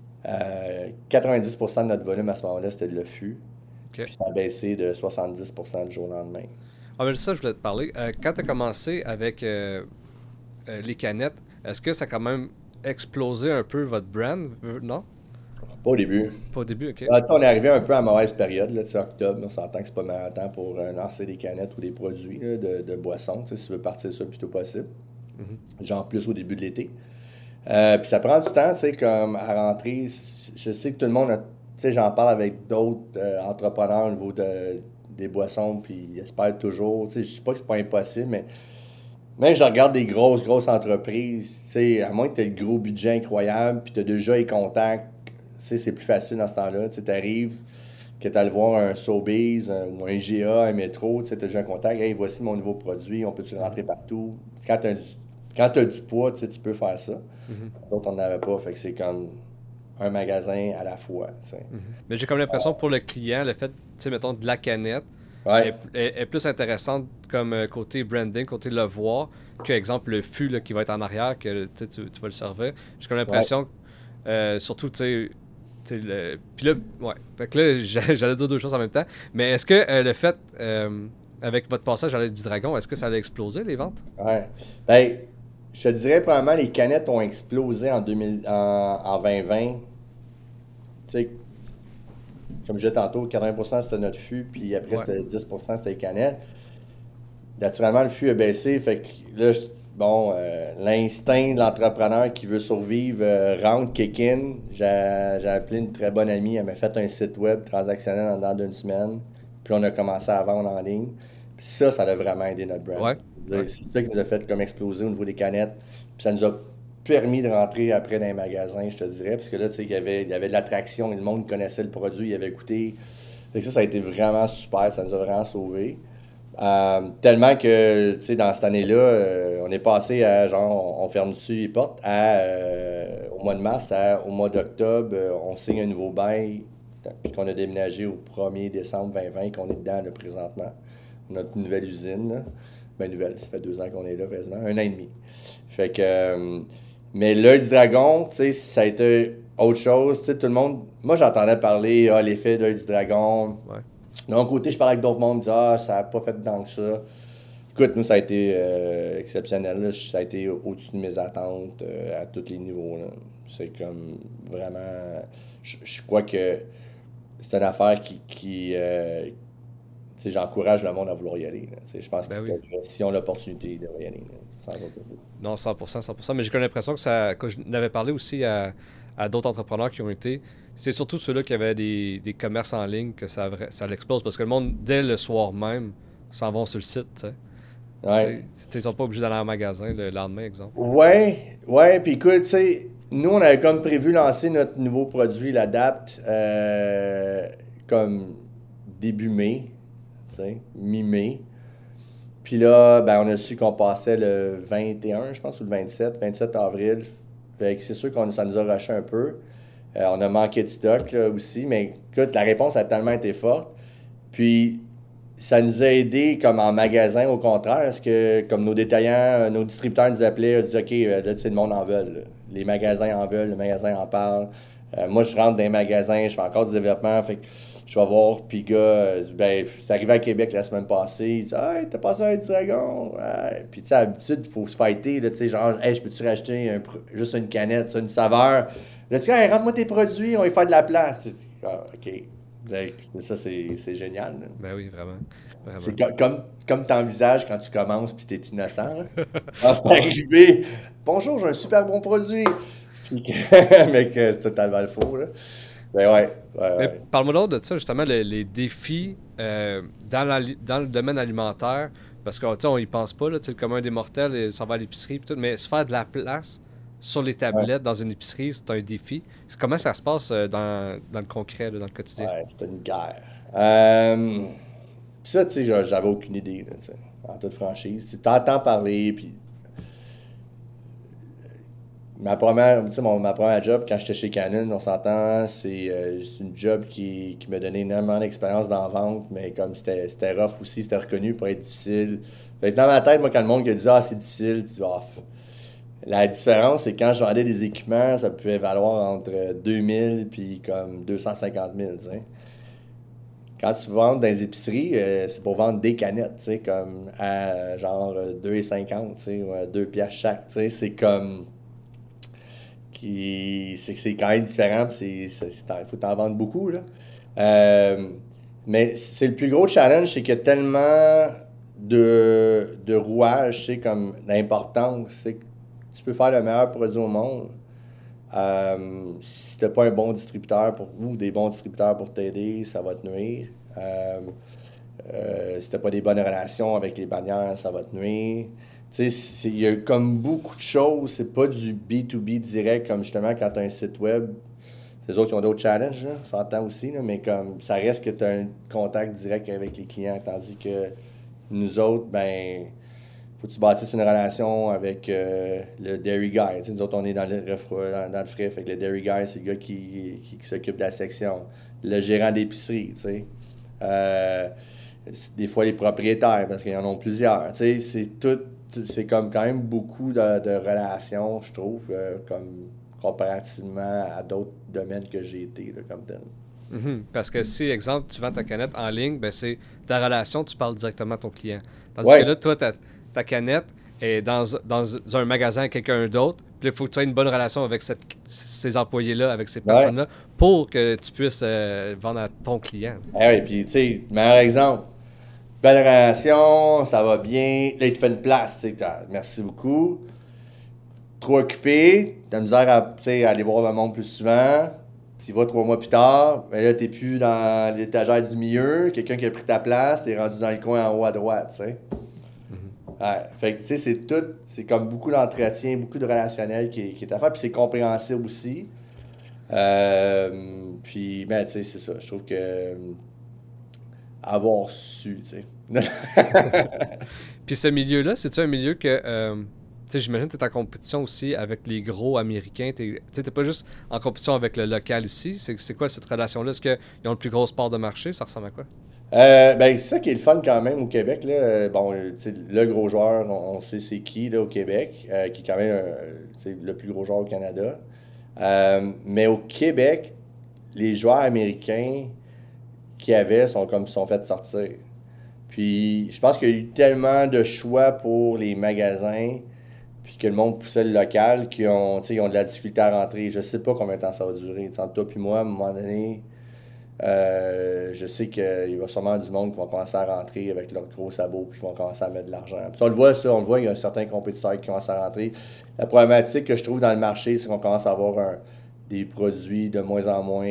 90% de notre volume à ce moment-là, c'était de le fût. Ok. Puis ça a baissé de 70% du jour au lendemain. Ah, mais ça, je voulais te parler. Quand tu as commencé avec les canettes, est-ce que ça a quand même explosé un peu votre brand? Non? Pas au début. Pas au début, ok. Tu sais, on est arrivé un peu à mauvaise période, là, tu sais, octobre. On s'entend que c'est pas mal temps pour lancer des canettes ou des produits là, de boissons, tu sais, si tu veux partir ça le plus tôt possible. Mhm. Genre plus au début de l'été. Puis ça prend du temps, tu sais, comme à rentrer. Je sais que tout le monde tu sais, j'en parle avec d'autres entrepreneurs au niveau des boissons, puis ils espèrent toujours. Tu sais, je sais pas que c'est pas impossible, mais même je regarde des grosses entreprises, tu sais, à moins que tu aies le gros budget incroyable, puis tu as déjà les contacts, tu sais, c'est plus facile dans ce temps-là. Tu sais, arrives, que tu le voir un Sobeys, un IGA, un Métro, tu sais, tu as déjà un contact, hey, voici mon nouveau produit, on peut-tu le rentrer partout? Quand tu as du poids, tu sais, tu peux faire ça. Mhm. D'autres, on n'en avait pas, fait que c'est comme un magasin à la fois, tu sais. Mhm. Mais j'ai comme l'impression pour le client, le fait, tu sais, mettons, de la canette Ouais, est plus intéressante comme côté branding, côté le voir, que, exemple, le fût là, qui va être en arrière, que tu sais, tu vas le servir. J'ai comme ouais. l'impression, surtout, tu sais, puis là, ouais. Fait que là, j'allais dire deux choses en même temps. Mais est-ce que le fait, avec votre passage à l'île du Dragon, est-ce que ça allait exploser les ventes? Ouais. Ben, je te dirais, probablement, les canettes ont explosé en 2020. Tu sais, comme je disais tantôt, 80% c'était notre fût, puis après Ouais. c'était 10% c'était les canettes. naturellement, le flux a baissé. Fait que là, bon, l'instinct de l'entrepreneur qui veut survivre rentre, kick in. J'ai appelé une très bonne amie. Elle m'a fait un site web transactionnel en dedans d'une semaine. Puis on a commencé à vendre en ligne. Puis ça a vraiment aidé notre brand. Ouais, ouais. C'est ça qui nous a fait comme exploser au niveau des canettes. Puis ça nous a permis de rentrer après dans les magasins, je te dirais. Parce que là, tu sais, il y avait de l'attraction. Et le monde connaissait le produit, il avait goûté. Fait que ça a été vraiment super. Ça nous a vraiment sauvés. Tellement que, tu sais, dans cette année-là, on est passé à, genre, on ferme dessus les portes, au mois de mars, au mois d'octobre, on signe un nouveau bail, puis qu'on a déménagé au 1er décembre 2020, qu'on est dedans, là, présentement. Notre nouvelle usine, là. Ben, nouvelle, ça fait 2 ans qu'on est là, quasiment, 1 an et demi. Fait que, mais l'œil du dragon, tu sais, ça a été autre chose, tu sais, tout le monde, moi, j'entendais parler, l'effet d'œil du dragon. Ouais. D'un côté, je parlais avec d'autres mondes, ils disaient, ça n'a pas fait tant que ça. Écoute, nous, ça a été exceptionnel, là. Ça a été au-dessus de mes attentes à tous les niveaux, là. C'est comme vraiment. Je crois que c'est une affaire tu sais, j'encourage le monde à vouloir y aller, là. Tu sais, je pense que Ben oui. si on a l'opportunité, ils devraient y aller, là, sans aucun doute. Non, 100%, 100%. Mais j'ai comme l'impression que ça, que je n'avais parlé aussi à d'autres entrepreneurs qui ont été, c'est surtout ceux-là qui avaient des commerces en ligne que ça l'explose. Parce que le monde, dès le soir même, s'en vont sur le site, tu sais. Ouais. Ils sont pas obligés d'aller en magasin le lendemain, exemple. Ouais, ouais, puis écoute, tu sais, nous, on avait comme prévu lancer notre nouveau produit, l'Adapt, comme début mai, tu sais, mi-mai. Puis là, ben, on a su qu'on passait le 21, je pense, ou le 27 avril. Fait que c'est sûr qu'on ça nous a rushé un peu. On a manqué de stock, là, aussi, mais écoute, la réponse a tellement été forte. Puis, ça nous a aidé comme en magasin, au contraire, parce que comme nos détaillants, nos distributeurs nous appelaient, ils disaient, OK, là, tu sais, le monde en veut. Les magasins en veulent, les magasins en parlent. Moi, je rentre dans les magasins, je fais encore du développement, fait que je vais voir, puis gars, ben, c'est arrivé à Québec la semaine passée, il dit, hey, t'as passé un dragon? Ouais. Puis, tu sais, à l'habitude, il faut se fighter, là, tu sais, genre, hey, je peux-tu racheter juste une canette, ça, une saveur? Là, tu dis, hey, rentre-moi tes produits, on va y faire de la place. Ah, OK. Ça, c'est génial, là. Ben oui, vraiment. Vraiment. C'est comme t'envisages quand tu commences puis t'es innocent, là. Quand c'est arrivé, bonjour, j'ai un super bon produit. Puis mais que c'est totalement le faux, là. Ben ouais, ouais, Mais ouais. parle-moi donc de ça, justement, les défis dans le domaine alimentaire. Parce qu'on on y pense pas, là, tu sais, le commun des mortels, ça va à l'épicerie, pis tout, mais se faire de la place sur les Ouais, tablettes dans une épicerie, c'est un défi. Comment ça se passe dans le concret, là, dans le quotidien? ouais, c'était une guerre. Euh, Puis ça, tu sais, j'avais aucune idée, là, tu sais, en toute franchise. Tu t'entends parler, puis tu sais, ma première job, quand j'étais chez Canon, on s'entend, c'est une job qui m'a donné énormément d'expérience dans la vente, mais comme c'était rough aussi, c'était reconnu pour être difficile. Fait que dans ma tête, moi, quand le monde qui dit «Ah, c'est difficile», tu dis «Ah». La différence, c'est quand je vendais des équipements, ça pouvait valoir entre 2000 puis comme 250 000, tu sais. Quand tu vends dans les épiceries, c'est pour vendre des canettes, tu sais, comme à genre 2,50, tu sais, ou à 2 piastres chaque, tu sais, c'est comme c'est quand même différent, puis il faut t'en vendre beaucoup, là. Euh, mais c'est le plus gros challenge, c'est qu'il y a tellement de rouages, tu sais, comme d'importance, c'est que tu peux faire le meilleur produit au monde. Si t'as pas un bon distributeur ou des bons distributeurs pour t'aider, ça va te nuire. Si t'as pas des bonnes relations avec les bannières, ça va te nuire. Tu sais, il y a comme beaucoup de choses, c'est pas du B2B direct, comme justement quand tu as un site web. C'est les autres qui ont d'autres challenges, là, on s'entend aussi, là, mais comme ça reste que tu as un contact direct avec les clients, tandis que nous autres, ben, faut que tu bâtisses une relation avec le dairy guy. Tu sais, nous autres, on est dans le frais, fait que le dairy guy, c'est le gars qui s'occupe de la section. Le gérant d'épicerie, tu sais. Euh, des fois les propriétaires, parce qu'il y en a plusieurs. Tu sais, c'est comme quand même beaucoup de relations, je trouve, comme comparativement à d'autres domaines que j'ai été, là, comme tel. Mhm. Parce que si, exemple, tu vends ta canette en ligne, ben c'est ta relation, tu parles directement à ton client. Tandis que Ouais, là, toi, ta canette est dans un magasin avec quelqu'un d'autre, puis il faut que tu aies une bonne relation avec ces employés-là, avec ces ouais. personnes-là, pour que tu puisses vendre à ton client. Ah ouais, puis tu sais, meilleur exemple. belle relation, ça va bien. Là, il te fait une place, tu sais, merci beaucoup. Trop occupé, t'as misère à, tu sais, à aller voir le monde plus souvent. Tu y vas 3 mois plus tard, mais là, t'es plus dans l'étagère du milieu, quelqu'un qui a pris ta place, t'es rendu dans le coin en haut à droite, tu sais. Mhm. Ouais, fait que, tu sais, c'est tout, c'est comme beaucoup d'entretien, beaucoup de relationnel qui est à faire, puis c'est compréhensible aussi. Puis, ben, tu sais, c'est ça. Je trouve que avoir su, tu sais. Puis ce milieu-là, c'est-tu un milieu que. Tu sais, j'imagine que tu es en compétition aussi avec les gros américains. Tu sais, t'es pas juste en compétition avec le local ici. C'est quoi cette relation-là? Est-ce qu'ils ont le plus gros sport de marché? Ça ressemble à quoi? Ben, c'est ça qui est le fun quand même au Québec, là. Bon, tu sais, le gros joueur, on sait c'est qui, là, au Québec, qui est quand même tu sais, le plus gros joueur au Canada. Mais au Québec, les joueurs américains qu'il y avait sont fait sortir. Puis, je pense qu'il y a eu tellement de choix pour les magasins, puis que le monde poussait le local, tu sais, ils ont de la difficulté à rentrer. Je sais pas combien de temps ça va durer. Tu sais, entre toi puis moi, à un moment donné, je sais qu'il va sûrement du monde qui vont commencer à rentrer avec leurs gros sabots, puis qui vont commencer à mettre de l'argent. Puis on le voit, ça, on le voit, il y a certains compétiteurs qui commencent à rentrer. La problématique que je trouve dans le marché, c'est qu'on commence à avoir des produits de moins en moins.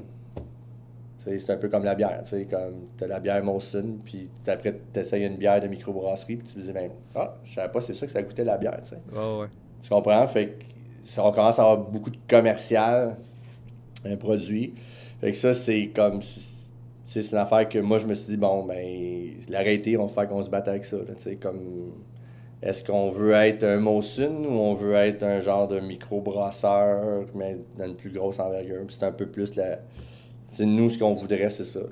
Tu sais, c'est un peu comme la bière, tu sais, comme t'as la bière Molson, puis après t'essayes une bière de microbrasserie, puis tu te dis, ben, je savais pas, c'est ça que ça goûtait la bière, tu sais. Ouais, ouais. Tu comprends? Fait que on commence à avoir beaucoup de commercial, un produit. Fait que ça, c'est comme, c'est une affaire que moi, je me suis dit, bon, ben, l'arrêter, on va faire qu'on se batte avec ça, là, tu sais, comme, est-ce qu'on veut être un Molson ou on veut être un genre de microbrasseur, mais dans une plus grosse envergure? Puis c'est un peu plus c'est nous, ce qu'on voudrait, c'est ça.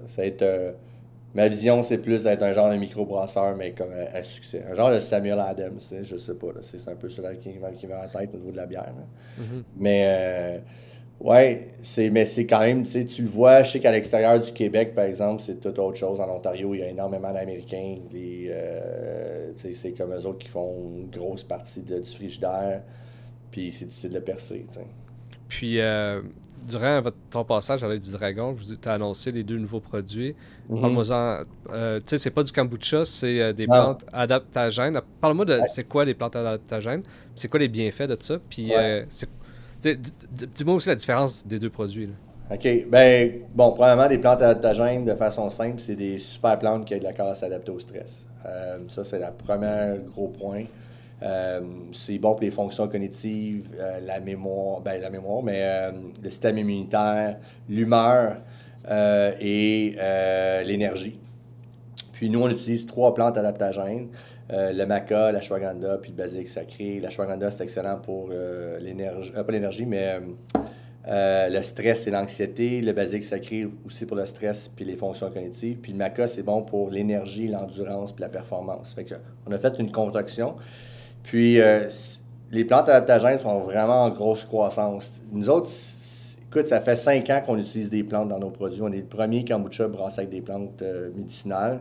Ma vision, c'est plus d'être un genre de microbrasseur, mais comme à succès. Un genre de Samuel Adams, tu sais, je sais pas. Là, c'est un peu ça là, qui me vient en tête au niveau de la bière. Là. Mhm. Mais ouais, mais c'est quand même, tu sais, tu le vois, je sais qu'à l'extérieur du Québec, par exemple, c'est tout autre chose. En Ontario, il y a énormément d'Américains. Tu sais, c'est comme eux autres qui font une grosse partie du frigidaire, puis c'est difficile de le percer, tu sais. Puis, durant ton passage avec du Dragon, tu as annoncé les deux nouveaux produits. Mhm. Parle-moi-en. Tu sais, c'est pas du kombucha, c'est des Non. plantes adaptogènes. Parle-moi de Ouais. c'est quoi les plantes adaptogènes, puis c'est quoi les bienfaits de ça, puis Ouais. tu sais, dis-moi aussi la différence des deux produits, là. OK. Ben, bon, premièrement, des plantes adaptogènes, de façon simple, c'est des super plantes qui aident le corps à s'adapter au stress. Ça, c'est le premier gros point. C'est bon pour les fonctions cognitives, la mémoire, mais le système immunitaire, l'humeur et l'énergie. Puis nous, on utilise 3 plantes adaptogènes. Le maca, l'ashwagandha, puis le basilic sacré. L'ashwagandha, c'est excellent pour l'énergie, pas l'énergie, mais le stress et l'anxiété. Le basilic sacré aussi pour le stress puis les fonctions cognitives. Puis le maca, c'est bon pour l'énergie, l'endurance puis la performance. Fait que, on a fait une concoction. Puis les plantes adaptogènes sont vraiment en grosse croissance. Nous autres, écoute, ça fait 5 ans qu'on utilise des plantes dans nos produits. On est le premier kombucha brassé avec des plantes médicinales.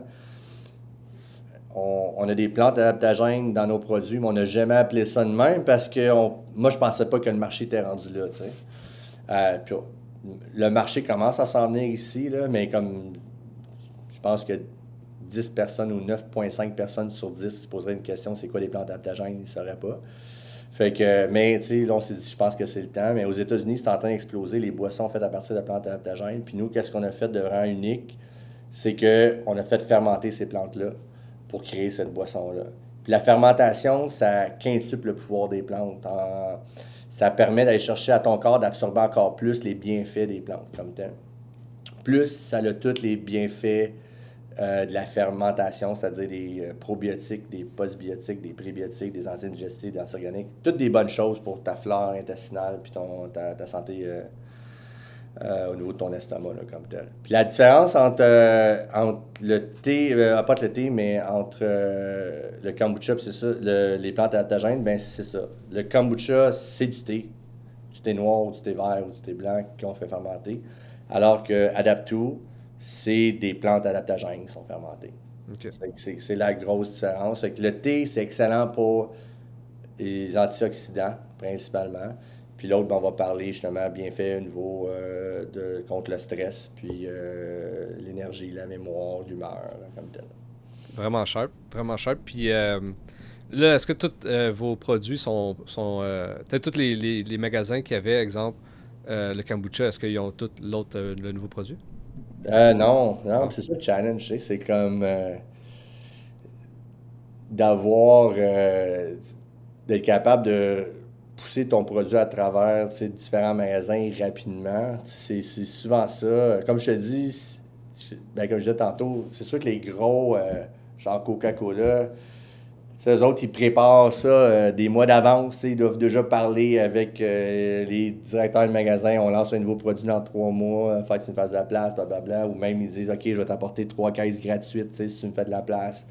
On a des plantes adaptogènes dans nos produits, mais on n'a jamais appelé ça de même parce que moi, je pensais pas que le marché était rendu là, tu sais. Puis le marché commence à s'en venir ici, là, mais comme je pense que 10 personnes ou 9,5 personnes sur 10 tu poserais une question, c'est quoi les plantes adaptogènes, ils ne sauraient pas. Fait que, mais tu sais, là, on s'est dit, je pense que c'est le temps. Mais aux États-Unis, c'est en train d'exploser les boissons faites à partir de plantes adaptogènes. Puis nous, qu'est-ce qu'on a fait de vraiment unique? C'est qu'on a fait fermenter ces plantes-là pour créer cette boisson-là. Puis la fermentation, ça quintuple le pouvoir des plantes. Ça permet d'aller chercher à ton corps d'absorber encore plus les bienfaits des plantes comme tel. Plus ça a tous les bienfaits de la fermentation, c'est-à-dire des probiotiques, des postbiotiques, des prébiotiques, des enzymes digestives, des acides organiques. Toutes des bonnes choses pour ta flore intestinale puis ta santé au niveau de ton estomac là, comme tel. Puis la différence entre le thé, pas le thé, mais entre le kombucha, c'est ça, les plantes adaptogènes, ben c'est ça. Le kombucha, c'est du thé noir, ou du thé vert ou du thé blanc qu'on fait fermenter. Alors que Adapto, c'est des plantes adaptogènes qui sont fermentées. OK. C'est la grosse différence. Fait que le thé, c'est excellent pour les antioxydants, principalement. Puis l'autre, ben, on va parler justement bienfaits au niveau contre le stress, puis l'énergie, la mémoire, l'humeur, là, comme tel. Vraiment sharp, vraiment sharp. Puis là, est-ce que tous vos produits peut-être tous les magasins qui avaient, exemple, le kombucha, est-ce qu'ils ont tous le nouveau produit? Non, non, Non. c'est ça le challenge, tu sais, c'est comme d'avoir, d'être capable de pousser ton produit à travers, tu sais, différents magasins rapidement. C'est souvent ça. Comme je te dis, ben, comme je disais tantôt, c'est sûr que les gros, genre Coca-Cola, tu sais, eux autres, ils préparent ça des mois d'avance. Tu sais, ils doivent déjà parler avec les directeurs de magasin. On lance un nouveau produit dans 3 mois. Fait que tu me fasses de la place, blablabla. Ou même, ils disent, OK, je vais t'apporter 3 caisses gratuites, tu sais, si tu me fais de la place.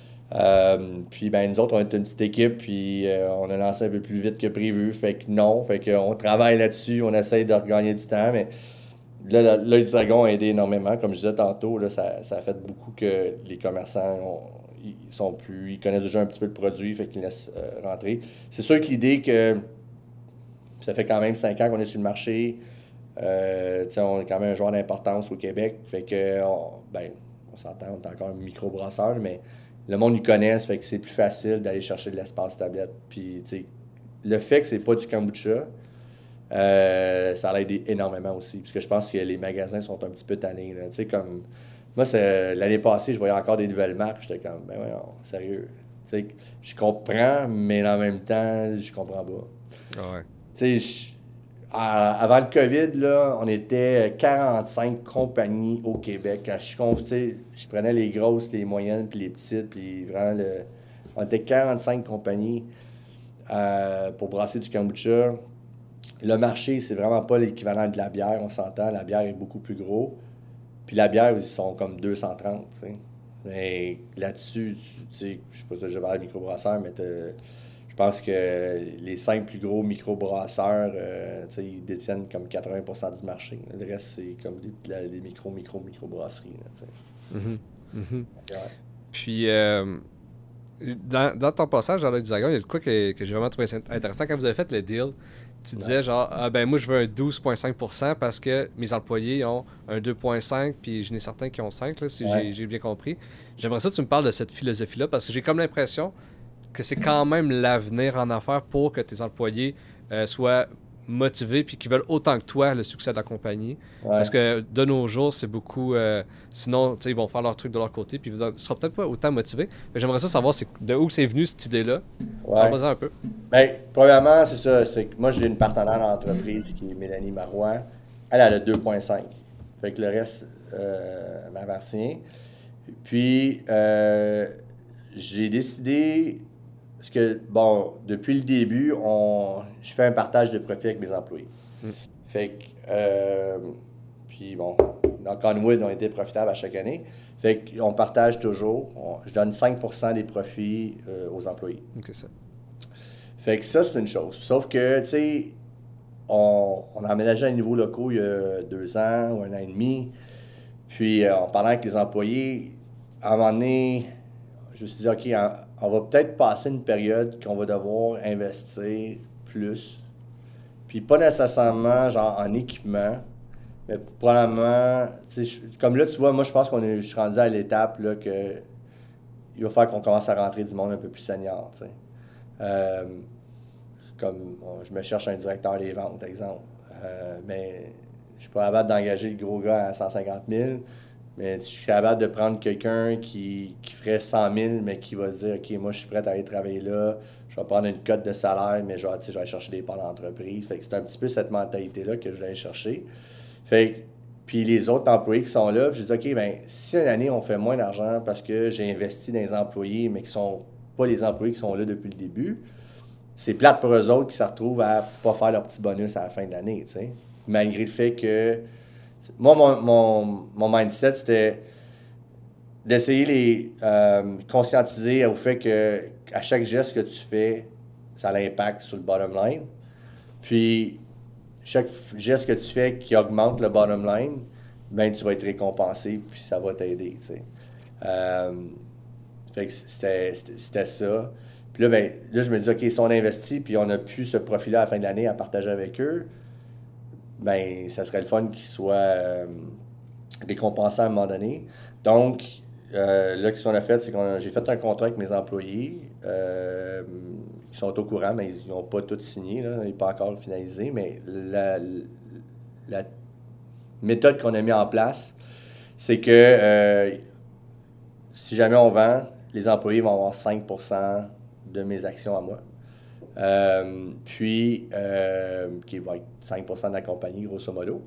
Puis ben nous autres, on est une petite équipe, puis on a lancé un peu plus vite que prévu. Fait que non, fait qu'on travaille là-dessus, on essaye de regagner du temps, mais là, l'œil du dragon a aidé énormément. Comme je disais tantôt, là, ça a fait beaucoup que les commerçants ils connaissent déjà un petit peu le produit, fait qu'ils laissent rentrer. C'est sûr que l'idée que ça fait quand même 5 ans qu'on est sur le marché, tu sais, on est quand même un joueur d'importance au Québec, fait que ben, on s'entend, on est encore un micro-brasseur, mais le monde y connaît, ça fait que c'est plus facile d'aller chercher de l'espace tablette. Puis, tu sais, le fait que c'est pas du kombucha, ça l'aide énormément aussi. Parce que je pense que les magasins sont un petit peu tannés. Tu sais, comme. Moi, l'année passée, je voyais encore des nouvelles marques. J'étais comme, ben ouais, sérieux. Tu sais, je comprends, mais en même temps, je comprends pas. Ah ouais. Tu sais, avant le COVID, là, on était 45 compagnies au Québec. Quand tu sais, je prenais les grosses, les moyennes, puis les petites, puis vraiment, on était 45 compagnies pour brasser du kombucha. Le marché, c'est vraiment pas l'équivalent de la bière, on s'entend. La bière est beaucoup plus gros. Puis la bière, ils sont comme 230, tu sais. Mais là-dessus, tu sais, je sais pas si je parle de microbrasseurs, mais je pense que les 5 plus gros microbrasseurs, tu sais, ils détiennent comme 80% du marché. Le reste, c'est comme des micro-brasseries, là, tu sais. Mhm. Mhm. Ouais. Puis, dans ton passage dans l'œil du dragon, il y a de quoi que j'ai vraiment trouvé intéressant. Quand vous avez fait le deal, tu Ouais. disais genre, ah ben moi je veux un 12,5% parce que mes employés ont un 2,5 puis je n'ai certains qui ont 5 là, si Ouais. j'ai bien compris. J'aimerais ça que tu me parles de cette philosophie-là parce que j'ai comme l'impression que c'est quand même l'avenir en affaires pour que tes employés soient motivés puis qu'ils veulent autant que toi le succès de la compagnie. Parce Ouais. que de nos jours, c'est beaucoup. Sinon, ils vont faire leur truc de leur côté puis ils ne seront peut-être pas autant motivés. Mais j'aimerais ça savoir de où c'est venu cette idée-là. Ouais. Parle-moi un peu. Ben, premièrement, c'est ça. C'est que moi, j'ai une partenaire d'entreprise qui est Mélanie Marois. Elle a 2,5. Fait que le reste m'appartient. Puis, j'ai décidé, parce que, bon, depuis le début, je fais un partage de profit avec mes employés. Mm. Fait que, puis bon, dans Conwood, on était profitables à chaque année. Fait qu'on partage toujours. Je donne 5% des profits aux employés. Ok, ça. Fait que ça, c'est une chose. Sauf que, tu sais, on a emménagé à un nouveau locaux il y a 2 ans ou un an et demi. Puis, en parlant avec les employés, à un moment donné, je me suis dit, OK, on va peut-être passer une période qu'on va devoir investir plus. Puis, pas nécessairement, genre, en équipement, mais probablement, tu sais, comme là, tu vois, moi, je pense je suis rendu à l'étape, là, que il va falloir qu'on commence à rentrer du monde un peu plus senior, tu sais. Euh, Comme je me cherche un directeur des ventes, exemple. Mais je suis pas capable d'engager le gros gars à 150 000, mais je suis capable de prendre quelqu'un qui ferait 100 000, mais qui va se dire, OK, moi, je suis prêt à aller travailler là, je vais prendre une cote de salaire, mais je vais aller chercher des parts d'entreprise. Fait que c'est un petit peu cette mentalité-là que je vais aller chercher. Fait que, puis les autres employés qui sont là, je dis, OK, ben si une année, on fait moins d'argent parce que j'ai investi dans les employés, mais qui sont pas les employés qui sont là depuis le début, c'est plate pour eux autres qui se retrouvent à pas faire leur petit bonus à la fin de l'année, tu sais. Malgré le fait que. Moi, mon mindset, c'était d'essayer les conscientiser au fait que à chaque geste que tu fais, ça a l'impact sur le bottom line. Puis, chaque geste que tu fais qui augmente le bottom line, ben tu vas être récompensé, puis ça va t'aider, tu sais. Euh, Fait que c'était ça. Puis là, ben, là, je me dis, OK, si on investit, puis on a pu ce profit-là à la fin de l'année à partager avec eux, ben, ça serait le fun qu'ils soient récompensés à un moment donné. Donc, là, ce qu'on a fait, c'est que j'ai fait un contrat avec mes employés qui sont au courant, mais ils n'ont pas tout signé, là, il n'est pas encore finalisé, mais la méthode qu'on a mis en place, c'est que si jamais on vend, les employés vont avoir 5% de mes actions à moi. Qui va être 5% de la compagnie, grosso modo.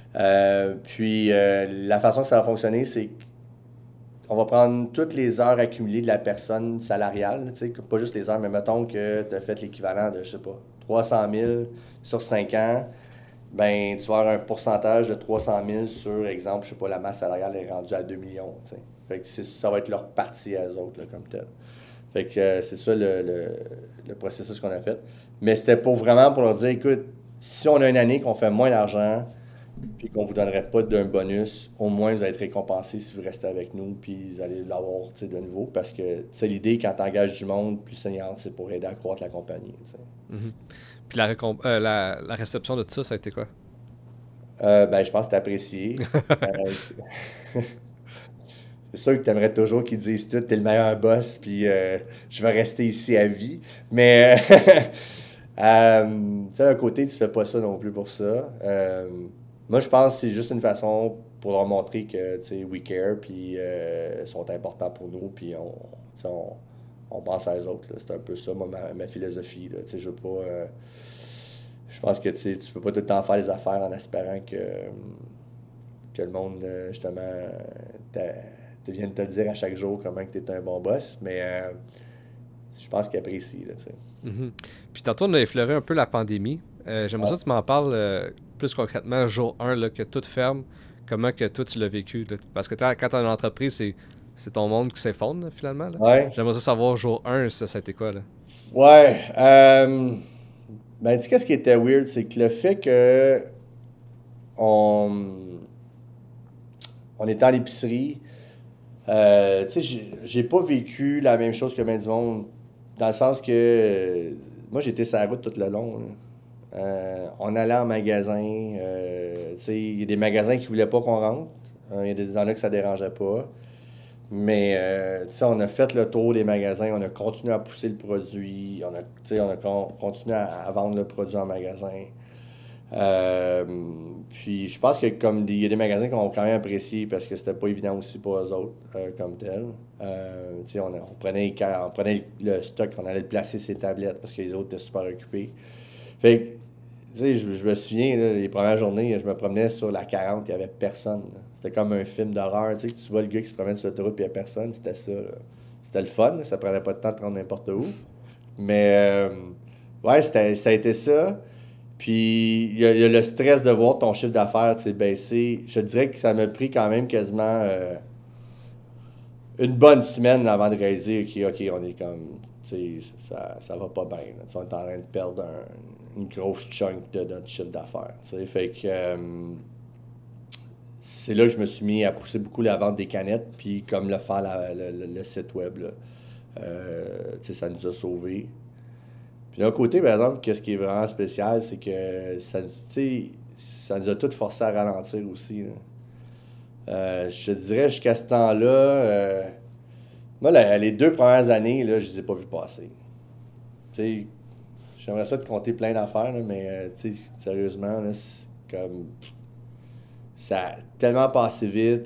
La façon que ça va fonctionner, c'est qu'on va prendre toutes les heures accumulées de la personne salariale, tu sais, pas juste les heures, mais mettons que tu as fait l'équivalent de, je sais pas, 300 000 sur 5 ans, ben, tu vas avoir un pourcentage de 300 000 sur, exemple, je sais pas, la masse salariale est rendue à 2 millions, tu sais. Fait que ça va être leur partie à eux autres, là, comme tel. Fait que c'est ça le processus qu'on a fait. Mais c'était vraiment pour leur dire, écoute, si on a une année qu'on fait moins d'argent, puis qu'on vous donnerait pas d'un bonus, au moins vous allez être récompensé si vous restez avec nous, puis vous allez l'avoir de nouveau. Parce que c'est l'idée quand tu engages du monde plus senior, c'est pour aider à croître la compagnie. Mhm. Puis la réception de tout ça, ça a été quoi? Ben, je pense que c'est apprécié. C'est sûr que tu aimerais toujours qu'ils disent tout, t'es le meilleur boss, puis je vais rester ici à vie. Mais, tu sais, d'un côté, tu fais pas ça non plus pour ça. Moi, je pense que c'est juste une façon pour leur montrer que, tu sais, we care, puis ils sont importants pour nous, puis tu sais, on pense à eux autres, là. C'est un peu ça, moi, ma philosophie, là. Tu sais, je veux pas... je pense que, tu sais, tu peux pas tout le temps faire les affaires en espérant que le monde, justement, vienne te dire à chaque jour comment tu es un bon boss, mais je pense qu'il apprécie, là, tu sais. Mhm. Puis tantôt, on a effleuré un peu la pandémie. J'aimerais ça Ouais. que tu m'en parles plus concrètement, jour 1, là, que tout ferme, comment que toi tu l'as vécu. Là. Parce que quand tu as une entreprise, c'est ton monde qui s'effondre, là, finalement. Là. Ouais. J'aimerais ça savoir, jour 1, ça a été quoi, là? Ouais. Ben, tu sais, qu'est-ce qui était weird, c'est que le fait que on, on était à l'épicerie, tu sais, j'ai pas vécu la même chose que bien du monde, dans le sens que moi, j'étais sur la route tout le long, là. On allait en magasin. Tu sais, il y a des magasins qui voulaient pas qu'on rentre. Il y a des endroits que ça dérangeait pas. Mais tu sais, on a fait le tour des magasins, on a continué à pousser le produit, tu sais, on a continué à vendre le produit en magasin. Euh, Puis je pense que comme il y a des magasins qui ont quand même apprécié parce que c'était pas évident aussi pour eux autres comme tel. Tu sais, on prenait le stock, on allait le placer sur les tablettes parce que les autres étaient super occupés. Fait que tu sais, je me souviens, là, les premières journées, je me promenais sur la 40, il n'y avait personne, là. C'était comme un film d'horreur. Tu sais, tu vois le gars qui se promène sur l'autoroute et il n'y a personne, c'était ça, là. C'était le fun, là, ça prenait pas de temps de te rendre n'importe où. Mais, ouais, ça a été ça. Puis, il y a le stress de voir ton chiffre d'affaires, tu sais, baisser. Je te dirais que ça m'a pris quand même quasiment une bonne semaine avant de réaliser, OK, on est comme, tu sais, ça va pas bien, là. Tu sais, on est en train de perdre une grosse chunk de notre chiffre d'affaires, tu sais. Fait que c'est là que je me suis mis à pousser beaucoup la vente des canettes, puis comme le faire le site web, là. Tu sais, ça nous a sauvés. Puis d'un côté, par exemple, qu'est-ce qui est vraiment spécial, c'est que ça, tu sais, ça nous a tous forcés à ralentir aussi, là. Je te dirais, jusqu'à ce temps-là, moi, les 2 premières années, là, je les ai pas vus passer. Tu sais, j'aimerais ça te compter plein d'affaires, là, mais tu sais, sérieusement, là, c'est comme ça a tellement passé vite.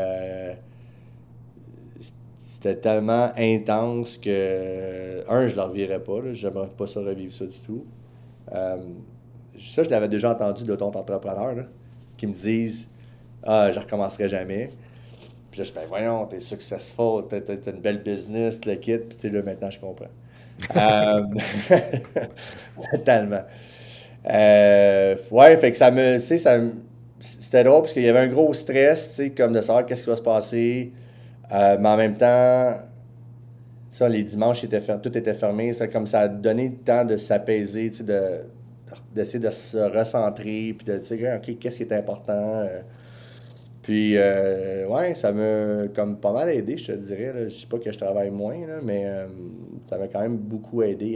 C'était tellement intense que, je ne le revirais pas. Là, j'aimerais pas ça revivre ça du tout. Euh, Ça, je l'avais déjà entendu d'autres entrepreneurs là, qui me disent Ah, je recommencerai jamais. Puis là, je dis Ben voyons, t'es successful, t'as une belle business, le kit. Puis tu sais, là, maintenant, je comprends. Euh, Tellement. Ouais, fait que tu sais, c'était drôle parce qu'il y avait un gros stress, tu sais, comme de savoir qu'est-ce qui va se passer. Mais en même temps, ça, les dimanches, tout était fermé. C'est comme ça a donné le temps de s'apaiser, tu sais, d'essayer de se recentrer, puis de dire, OK, qu'est-ce qui est important. Puis, ouais, ça m'a comme pas mal aidé, je te dirais, là. Je dis pas que je travaille moins, là, mais ça m'a quand même beaucoup aidé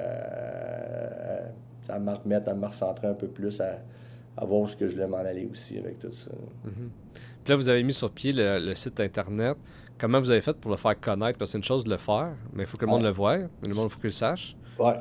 à me remettre, à me recentrer un peu plus, à voir où ce que je voulais m'en aller aussi avec tout ça. Mhm. Puis là, vous avez mis sur pied le site internet. Comment vous avez fait pour le faire connaître? Parce que c'est une chose de le faire, mais il faut que le monde Ouais. le voie, mais le monde, il faut qu'il le sache. Ouais.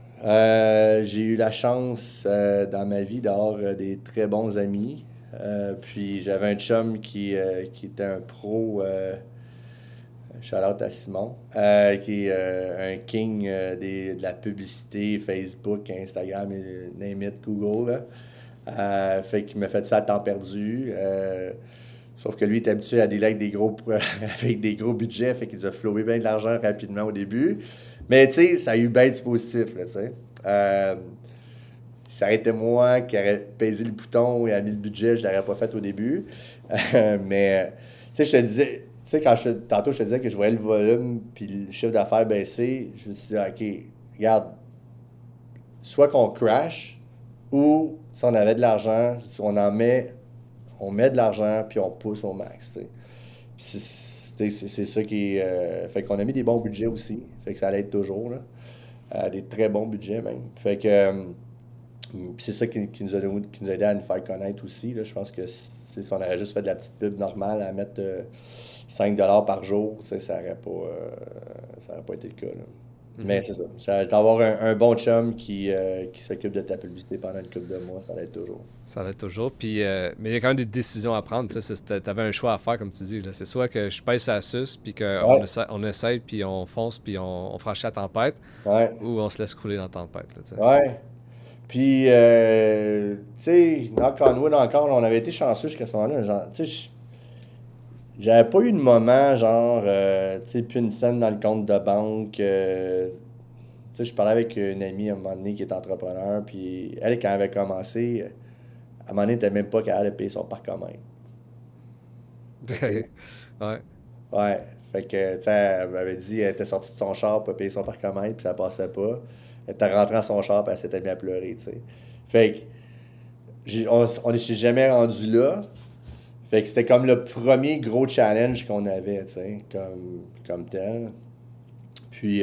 J'ai eu la chance dans ma vie d'avoir des très bons amis. Puis j'avais un chum qui était un pro, shout-out à Simon, qui est un king de la publicité, Facebook, Instagram, et name it, Google. Là. Fait qu'il m'a fait ça à temps perdu. Sauf que lui, il est habitué à dealer avec avec des gros budgets, fait qu'il nous a flowé bien de l'argent rapidement au début. Mais tu sais, ça a eu bien du positif, là, tu sais. Euh, Si ça aurait été moi qui aurais pesé le bouton et a mis le budget, je ne l'aurais pas fait au début. Mais, tu sais, je te disais, tu sais, tantôt, je te disais que je voyais le volume puis le chiffre d'affaires baisser, je me suis dit, OK, regarde, soit qu'on crash ou si on avait de l'argent, on met de l'argent puis on pousse au max, tu sais. C'est ça qui est. Fait qu'on a mis des bons budgets aussi. Fait que ça allait être toujours, là. Des très bons budgets même. Fait que. Puis c'est ça qui nous a aidé à nous faire connaître aussi. Là. Je pense que si on aurait juste fait de la petite pub normale à mettre 5 par jour, ça aurait pas été le cas. Là. Mais Mhm. c'est ça. D'avoir un bon chum qui s'occupe de ta publicité pendant une couple de mois, ça l'aide toujours. Ça l'est toujours. Puis, mais il y a quand même des décisions à prendre. Tu sais, t'avais un choix à faire, comme tu dis. Là. C'est soit que je pèse à sus, puis qu'on Ouais, essaie, on essaye, puis on fonce, puis on franchit la tempête, ouais, ou on se laisse couler dans la tempête. Là, tu sais. ouais. Puis, tu sais, knock on wood encore, on avait été chanceux jusqu'à ce moment-là. Genre, tu sais, j'avais pas eu de moment, genre, tu sais, plus une scène dans le compte de banque. Tu sais, je parlais avec une amie à un moment donné qui est entrepreneur, puis elle, quand elle avait commencé, à un moment donné, elle n'était même pas capable de payer son parcomètre. OK? Ouais. Ouais. Fait que, tu sais, elle m'avait dit, elle était sortie de son char pour payer son parcomètre, puis ça passait pas. Elle était rentrée dans son char, puis elle s'était mise à pleurer, tu sais. Fait que, on ne s'est jamais rendu là. Fait que c'était comme le premier gros challenge qu'on avait, tu sais, comme tel. Puis,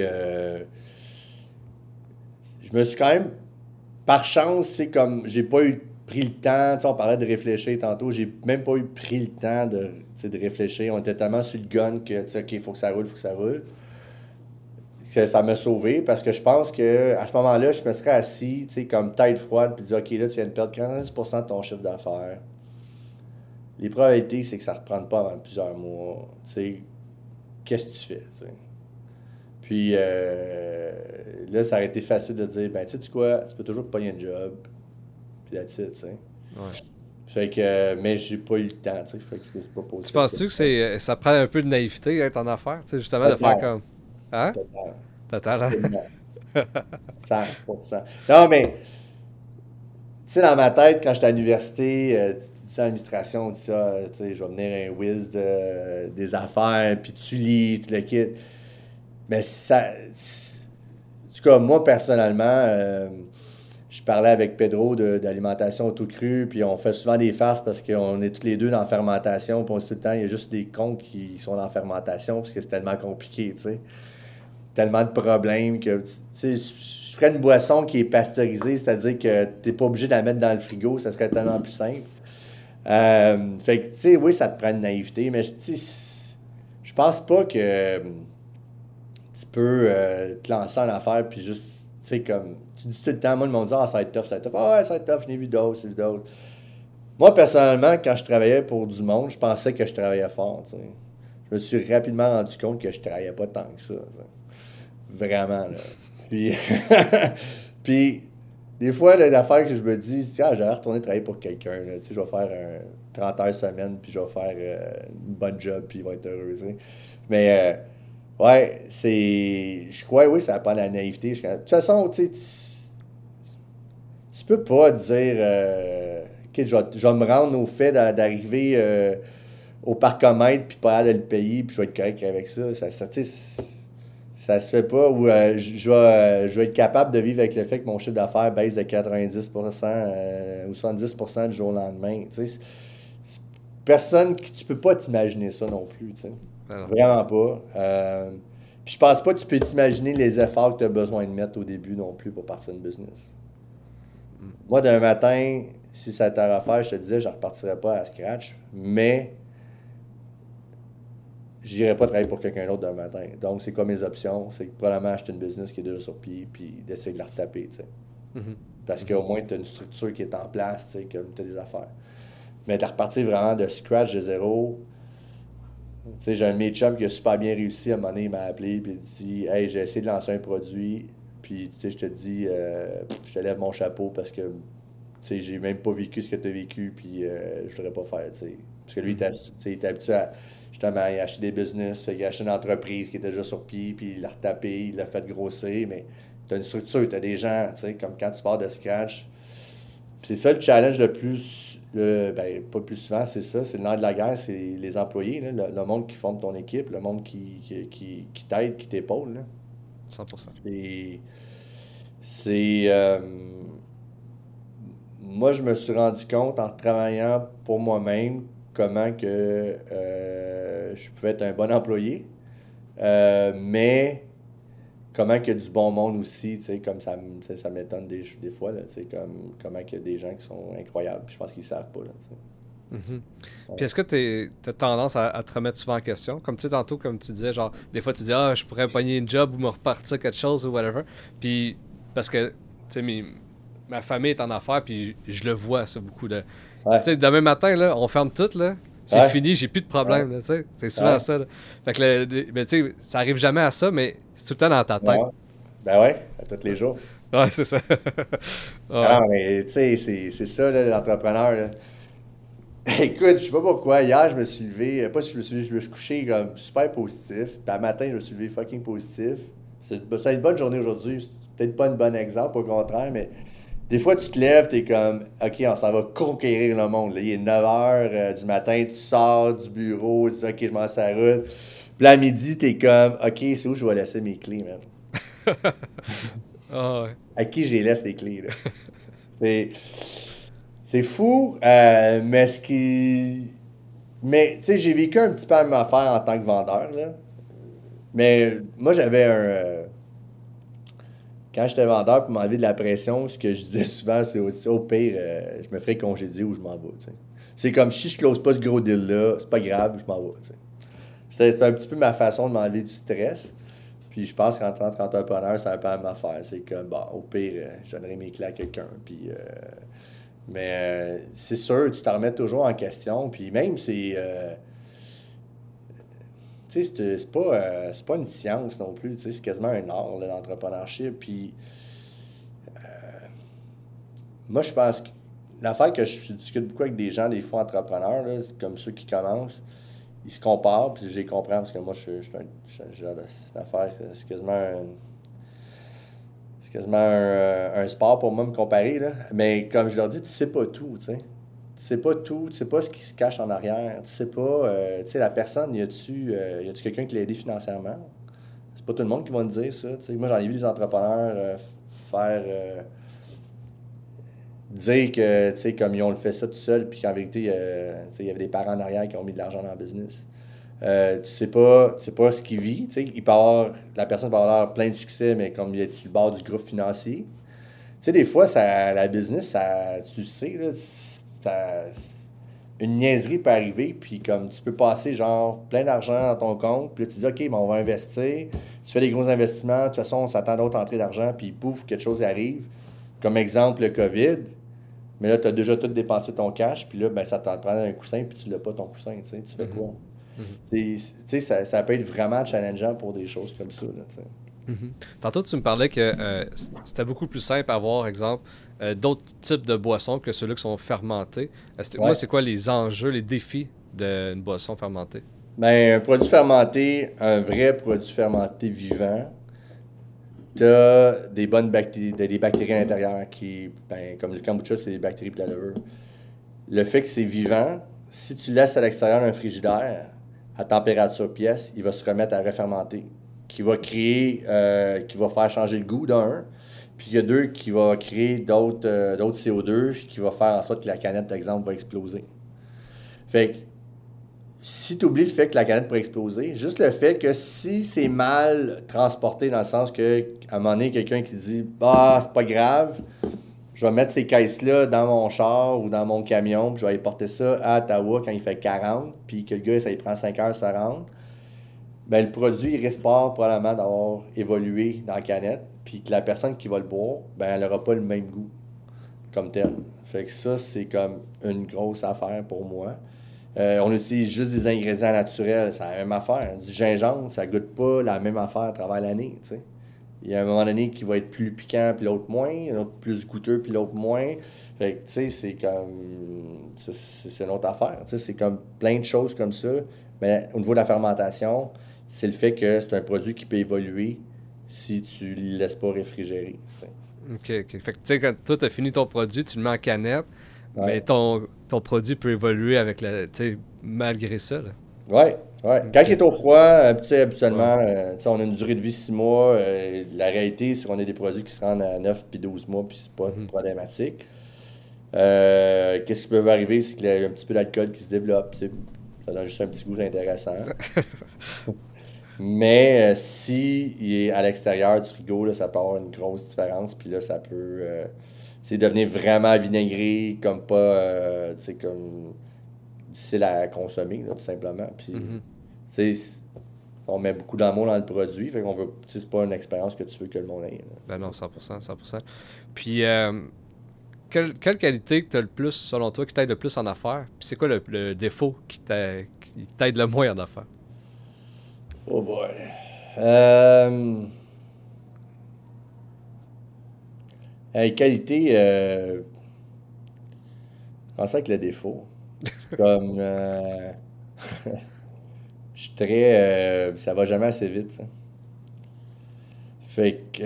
je me suis quand même, par chance, c'est comme, j'ai pas eu pris le temps, tu sais, on parlait de réfléchir tantôt, j'ai même pas eu pris le temps de, tu sais, de réfléchir. On était tellement sur le gun que, tu sais, OK, il faut que ça roule, il faut que ça roule. Que ça m'a sauvé parce que je pense que à ce moment-là, je me serais assis, tu sais, comme tête froide, puis dire, OK, là, tu viens de perdre 15% de ton chiffre d'affaires. Les probabilités, c'est que ça ne reprenne pas avant plusieurs mois. Tu sais, qu'est-ce que tu fais, tu sais? Puis là, ça aurait été facile de dire, ben, tu sais quoi, tu peux toujours te pogner un job, puis that's it, tu sais. Ouais. Fait que, mais j'ai pas eu le temps, tu sais, fait que je me suis pas posé Tu cette penses-tu que question. ça prend un peu de naïveté être en affaires? Tu sais, justement, de faire Total, comme. Hein? total, Total, hein? absolument, 100%. Non, mais, tu sais, dans ma tête, quand j'étais à l'université, tu dis à l'administration, on dit ça, tu sais, je vais venir un whiz des affaires, puis tu lis, tu le quittes. Mais ça. En tout cas, moi, personnellement, je parlais avec Pedro d'alimentation auto crue, puis on fait souvent des farces parce qu'on est tous les deux dans la fermentation, puis on se dit tout le temps, il y a juste des cons qui sont dans la fermentation parce que c'est tellement compliqué, tu sais. Tellement de problèmes que, tu sais, je ferais une boisson qui est pasteurisée, c'est-à-dire que t'es pas obligé de la mettre dans le frigo, ça serait tellement plus simple. Fait que, tu sais, oui, ça te prend une naïveté, mais je pense pas que tu peux te lancer en affaires puis juste, tu sais, comme, tu dis tout le temps, moi, le monde dit, ah, ça va être tough, ça va être tough. Ah ouais, ça va être tough, je n'ai vu d'autres, j'ai vu d'autres. Moi, personnellement, quand je travaillais pour du monde, je pensais que je travaillais fort, tu sais. Je me suis rapidement rendu compte que je travaillais pas tant que ça, tu sais. Vraiment, là. Puis, puis des fois, là, l'affaire que je me dis, tiens, j'allais retourner travailler pour quelqu'un, là. Tu sais, je vais faire un 30 heures semaine, puis je vais faire une bonne job, puis ils vont être heureux, tu sais. Mais, ouais, c'est. Je crois, oui, ça pas la naïveté. De toute façon, tu sais, tu peux pas dire, OK, je vais me rendre au fait d'arriver au parcomètre, puis pas aller le payer, puis je vais être correct avec ça. Tu sais, ça se fait pas. Ou je vais être capable de vivre avec le fait que mon chiffre d'affaires baisse de 90% ou 70% du jour au lendemain. Tu sais, personne, tu peux pas t'imaginer ça non plus, tu sais. Alors, Vraiment pas. Puis je pense pas que tu peux t'imaginer les efforts que tu as besoin de mettre au début non plus pour partir une business. mm. Moi, d'un matin, si ça t'avait à faire, je te disais, je ne repartirais pas à scratch, mais j'irai pas travailler pour quelqu'un d'autre demain matin. Donc, c'est quoi mes options? C'est probablement acheter une business qui est déjà sur pied, puis d'essayer de la retaper, tu sais. Mhm. Parce Mhm. qu'au moins, tu as une structure qui est en place, tu sais, comme tu as des affaires. Mais de repartir vraiment de scratch, de zéro, tu sais, j'ai un de mes chums qui a super bien réussi. À un moment donné, il m'a appelé, puis il dit, hey, j'ai essayé de lancer un produit, puis tu sais, je te dis, je te lève mon chapeau parce que, tu sais, j'ai même pas vécu ce que tu as vécu, puis je voudrais pas faire, tu sais. Parce que lui, tu Mhm. sais, il était habitué à, justement, à acheter des business, il a acheté une entreprise qui était déjà sur pied, puis il l'a retapé, il l'a fait grossir, mais tu as une structure, tu as des gens, tu sais, comme quand tu pars de scratch. Puis c'est ça le challenge le plus, ben, pas le plus souvent, c'est ça, c'est le nerf de la guerre, c'est les employés, là, le monde qui forme ton équipe, le monde qui t'aide, qui t'épaule, là. 100%. C'est, c'est, moi, je me suis rendu compte en travaillant pour moi-même comment que je pouvais être un bon employé, mais comment qu'il y a du bon monde aussi, tu sais, comme ça, tu sais, ça m'étonne des fois, là, tu sais, comme, comment qu'il y a des gens qui sont incroyables, puis je pense qu'ils savent pas, là, tu sais. Mhm. Puis Ouais. est-ce que tu as tendance à te remettre souvent en question? Comme tu sais, tantôt, comme tu disais, genre, des fois tu dis, ah, je pourrais pogner une job ou me repartir quelque chose ou whatever. Puis, parce que, tu sais, ma famille est en affaires, puis je le vois, ça, beaucoup de. Tu Ouais, sais, demain matin, là, on ferme tout, là. C'est ouais, fini, j'ai plus de ouais, problème, là, tu sais. C'est souvent ouais, ça, là. Fait que, ben, tu sais, ça arrive jamais à ça, mais c'est tout le temps dans ta tête. ouais. Ben ouais, à tous les jours. Ouais, c'est ça. Ouais. Ah non, mais tu sais, c'est ça, là, l'entrepreneur, là. Écoute, je sais pas pourquoi, hier, je me suis levé, pas si je me suis levé, je me suis couché comme super positif, puis à matin, je me suis levé fucking positif. C'est une bonne journée aujourd'hui, c'est peut-être pas un bon exemple, au contraire, mais des fois, tu te lèves, t'es comme, OK, on s'en va conquérir le monde, là. Il est 9 h du matin, tu sors du bureau, tu dis, OK, je m'en sur la route. Puis là, à midi, t'es comme, OK, c'est où je vais laisser mes clés, man? Ah, ouais. À qui j'ai laisse les clés, là? C'est, c'est fou, mais ce qui. Mais, tu sais, j'ai vécu un petit peu la même affaire en tant que vendeur, là. Mais moi, j'avais quand j'étais vendeur, pour m'enlever de la pression, ce que je disais souvent, c'est au pire, je me ferais congédier ou je m'en vais, tu sais. C'est comme si je close pas ce gros deal-là, c'est pas grave, je m'en vais, tu sais. C'était un petit peu ma façon de m'enlever du stress. Puis je pense qu'en tant qu'entrepreneur, c'est un peu la même affaire. C'est comme, bon, au pire, je donnerai mes clés à quelqu'un. Puis, mais c'est sûr, tu t'en remets toujours en question. Puis même, tu sais, c'est pas une science non plus. Tu sais, c'est quasiment un art, là, l'entrepreneurship. Puis moi, je pense que l'affaire que je discute beaucoup avec des gens, des fois entrepreneurs, là, comme ceux qui commencent, ils se comparent, puis je les comprends parce que moi, c'est une affaire, c'est quasiment un sport pour moi me comparer, là. Mais comme je leur dis, tu sais pas tout, tu sais. Tu sais pas tout, tu sais pas ce qui se cache en arrière. Tu sais pas, tu sais, la personne, y a-tu quelqu'un qui l'a aidé financièrement? C'est pas tout le monde qui va me dire ça, tu sais. Moi, j'en ai vu des entrepreneurs faire dire que, tu sais, comme ils ont fait ça tout seul, puis qu'en vérité, tu sais, il y avait des parents en arrière qui ont mis de l'argent dans le business. Tu sais pas ce qu'il vit, tu sais. La personne peut avoir plein de succès, mais comme il est sur le bord du groupe financier. Tu sais, des fois, la business, tu le sais, là, une niaiserie peut arriver, puis comme tu peux passer genre plein d'argent dans ton compte, puis là, tu dis, OK, ben, on va investir. Tu fais des gros investissements, de toute façon, on s'attend à d'autres entrées d'argent, puis pouf, quelque chose arrive. Comme exemple, le COVID. Mais là, tu as déjà tout dépensé ton cash, puis là, ben, ça t'en prend un coussin, puis tu l'as pas ton coussin, tu sais, tu fais Mhm. quoi? Mhm. Tu sais, ça peut être vraiment challengeant pour des choses comme ça, là, tu sais. Mhm. Tantôt, tu me parlais que c'était beaucoup plus simple à avoir, exemple, d'autres types de boissons que ceux-là qui sont fermentés. Moi, Ouais. c'est quoi les enjeux, les défis d'une boisson fermentée? Ben, un produit fermenté, un vrai produit fermenté vivant, tu as des bactéries à l'intérieur qui, ben, comme le kombucha, c'est des bactéries et la levure. Le fait que c'est vivant, si tu laisses à l'extérieur d'un frigidaire, à température pièce, il va se remettre à refermenter, qui va faire changer le goût d'un, puis il y a deux qui va créer d'autres CO2 qui va faire en sorte que la canette, par exemple, va exploser. Fait que si tu oublies le fait que la canette pourrait exploser, juste le fait que si c'est mal transporté dans le sens que à un moment donné, quelqu'un qui dit ah, c'est pas grave, je vais mettre ces caisses-là dans mon char ou dans mon camion, puis je vais aller porter ça à Ottawa quand il fait 40, puis que le gars, ça lui prend 5 heures, ça rentre. Ben, le produit, il risque pas probablement d'avoir évolué dans la canette, puis que la personne qui va le boire, ben, elle n'aura pas le même goût comme tel. Fait que ça, c'est comme une grosse affaire pour moi. On utilise juste des ingrédients naturels, c'est la même affaire. Du gingembre, ça goûte pas la même affaire à travers l'année, tu sais. Il y a un moment donné qui va être plus piquant, puis l'autre moins, l'autre plus goûteux, puis l'autre moins. Fait que, tu sais, c'est comme... c'est une autre affaire, tu sais, c'est comme plein de choses comme ça. Mais au niveau de la fermentation, c'est le fait que c'est un produit qui peut évoluer si tu ne le laisses pas réfrigérer, tu sais. OK, OK. Fait que, tu sais, quand toi, t'as fini ton produit, tu le mets en canette, mais Ouais. ton produit peut évoluer avec la, tu sais, malgré ça, là. Ouais, ouais. Quand il OK. est au froid, tu sais, Ouais. habituellement, tu sais, on a une durée de vie 6 mois. La réalité, c'est qu'on a des produits qui se rendent à 9 puis 12 mois, puis c'est pas Mhm. problématique. Qu'est-ce qui peut arriver, c'est qu'il y a un petit peu d'alcool qui se développe. Tu sais, ça donne juste un petit goût intéressant. Mais si il est à l'extérieur du frigo, là, ça peut avoir une grosse différence. Puis là, ça peut tu sais, devenir vraiment vinaigré, comme pas, tu sais, comme difficile à consommer, là, tout simplement. Puis, Mhm. tu sais, on met beaucoup d'amour dans le produit, fait qu'on veut, tu sais, c'est pas une expérience que tu veux que le monde ait, là. Ben non, 100%, 100%. Puis, quelle qualité que t'as le plus, selon toi, qui t'aide le plus en affaires? Puis c'est quoi le défaut qui t'aide le moins en affaires? Oh boy. Euh, qualité, je pense avec le défaut. C'est comme, je suis très, ça va jamais assez vite, ça. Fait que,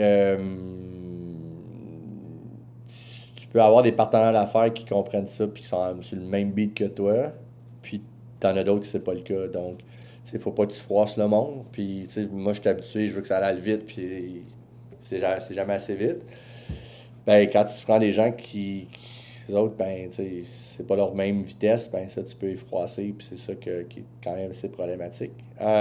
tu peux avoir des partenaires d'affaires qui comprennent ça puis qui sont sur le même beat que toi, puis t'en as d'autres qui c'est pas le cas. Donc, tu sais, faut pas que tu froisses le monde. Puis, tu sais, moi, je suis habitué, je veux que ça aille vite, puis c'est jamais assez vite. Ben, quand tu prends des gens les autres, ben, tu sais, c'est pas leur même vitesse, ben, ça, tu peux les froisser, puis c'est ça qui est quand même assez problématique.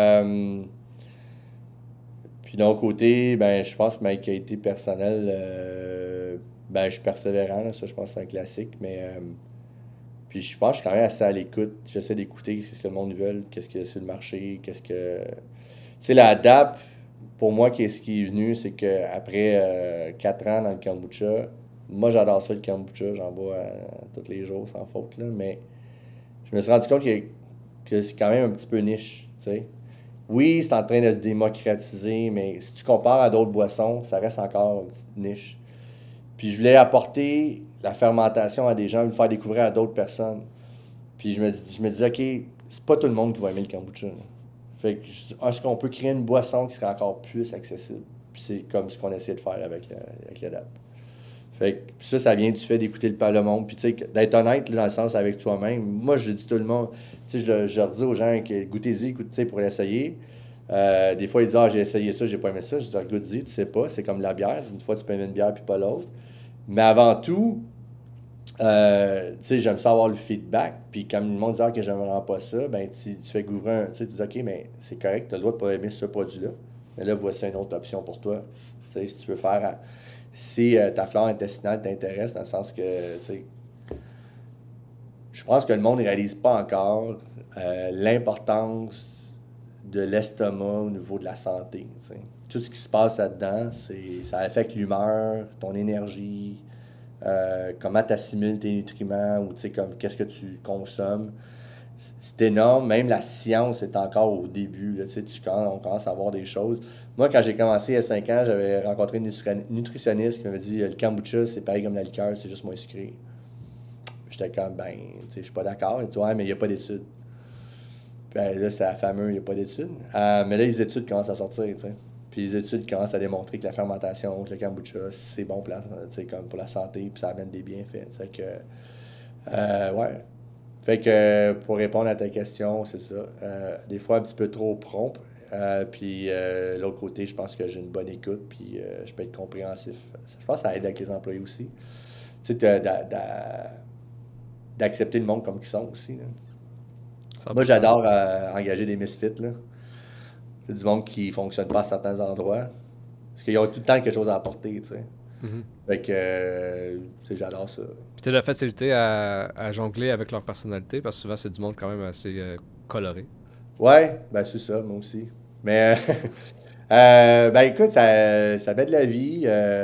Puis d'un autre côté, ben, je pense que ma qualité personnelle, ben, je suis persévérant, là, ça, je pense que c'est un classique, mais puis je pense que je suis quand même assez à l'écoute. J'essaie d'écouter ce que le monde veut, qu'est-ce qu'il y a sur le marché, qu'est-ce que... Tu sais, la DAP, pour moi, qu'est-ce qui est venu, c'est qu'après 4 ans dans le kombucha, moi, j'adore ça, le kombucha, j'en bois tous les jours, sans faute, là, mais je me suis rendu compte que c'est quand même un petit peu niche, tu sais. Oui, c'est en train de se démocratiser, mais si tu compares à d'autres boissons, ça reste encore une petite niche. Puis je voulais apporter la fermentation à des gens, le faire découvrir à d'autres personnes. Puis je me disais, OK, c'est pas tout le monde qui va aimer le kombucha, là. Fait que, est-ce qu'on peut créer une boisson qui serait encore plus accessible? Puis c'est comme ce qu'on essaie de faire avec la DAP. Fait que ça vient du fait d'écouter le monde. Puis, tu sais, d'être honnête, là, dans le sens avec toi-même. Moi, je dis tout le monde, tu sais, je leur dis aux gens que goûtez-y, goûtez pour l'essayer. Des fois, ils disent, ah, j'ai essayé ça, j'ai pas aimé ça. Je dis, goûte-y, tu sais pas, c'est comme la bière. Une fois, tu peux aimer une bière, puis pas l'autre. Mais avant tout, tu sais, j'aime ça avoir le feedback. Puis, quand le monde dit, ah, que j'aime vraiment pas ça, ben, tu fais goûter tu sais, tu dis, OK, mais c'est correct, tu as le droit de pas aimer ce produit-là. Mais là, voici une autre option pour toi. Tu sais, si tu veux faire si ta flore intestinale t'intéresse, dans le sens que, tu sais, je pense que le monde ne réalise pas encore l'importance de l'estomac au niveau de la santé, tu sais. Tout ce qui se passe là-dedans, ça affecte l'humeur, ton énergie, comment tu assimiles tes nutriments ou, tu sais, comme qu'est-ce que tu consommes. C'est énorme. Même la science est encore au début. Là, tu sais, on commence à voir des choses. Moi, quand j'ai commencé il y a 5 ans, j'avais rencontré une nutritionniste qui m'avait dit le kombucha, c'est pareil comme la liqueur, c'est juste moins sucré. J'étais comme, ben, tu sais, je suis pas d'accord. Il dit, ouais, mais il n'y a pas d'études. Puis là, c'est la fameuse, il n'y a pas d'études. Mais là, les études commencent à sortir, tu sais. Puis les études commencent à démontrer que la fermentation, que le kombucha, c'est bon pour tu sais, comme pour la santé, puis ça amène des bienfaits. C'est que, ouais. Fait que pour répondre à ta question, c'est ça. Des fois un petit peu trop prompt. Puis l'autre côté, je pense que j'ai une bonne écoute, puis je peux être compréhensif. Je pense que ça aide avec les employés aussi. Tu sais, d'accepter le monde comme ils sont aussi, là. Moi, 100%. j'adore engager des misfits, là. C'est du monde qui fonctionne pas à certains endroits. Parce qu'ils ont tout le temps quelque chose à apporter, tu sais. Mhm. Fait que, tu sais, j'adore ça. Puis t'as la facilité à jongler avec leur personnalité, parce que souvent, c'est du monde quand même assez coloré. Ouais, ben c'est ça, moi aussi. Mais, ben écoute, ça met de la vie.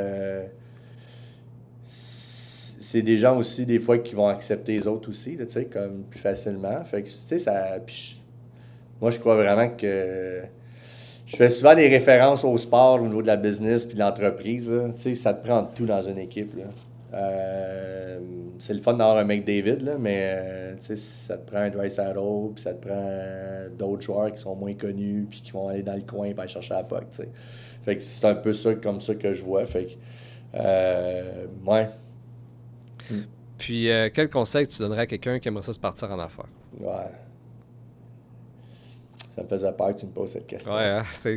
C'est des gens aussi, des fois, qui vont accepter les autres aussi, là, tu sais, comme plus facilement. Fait que, tu sais, moi, je crois vraiment que je fais souvent des références au sport au niveau de la business puis de l'entreprise, là. Tu sais, ça te prend tout dans une équipe, là. C'est le fun d'avoir un McDavid, là, mais tu sais, ça te prend un Draisaitl, puis ça te prend d'autres joueurs qui sont moins connus, puis qui vont aller dans le coin pour aller chercher la puck, tu sais. Fait que c'est un peu ça, comme ça que je vois. Fait que, ouais. Mm. Puis, quel conseil tu donnerais à quelqu'un qui aimerait ça se partir en affaires? Ouais. Ça me faisait peur que tu me poses cette Ouais, question. hein, c'est...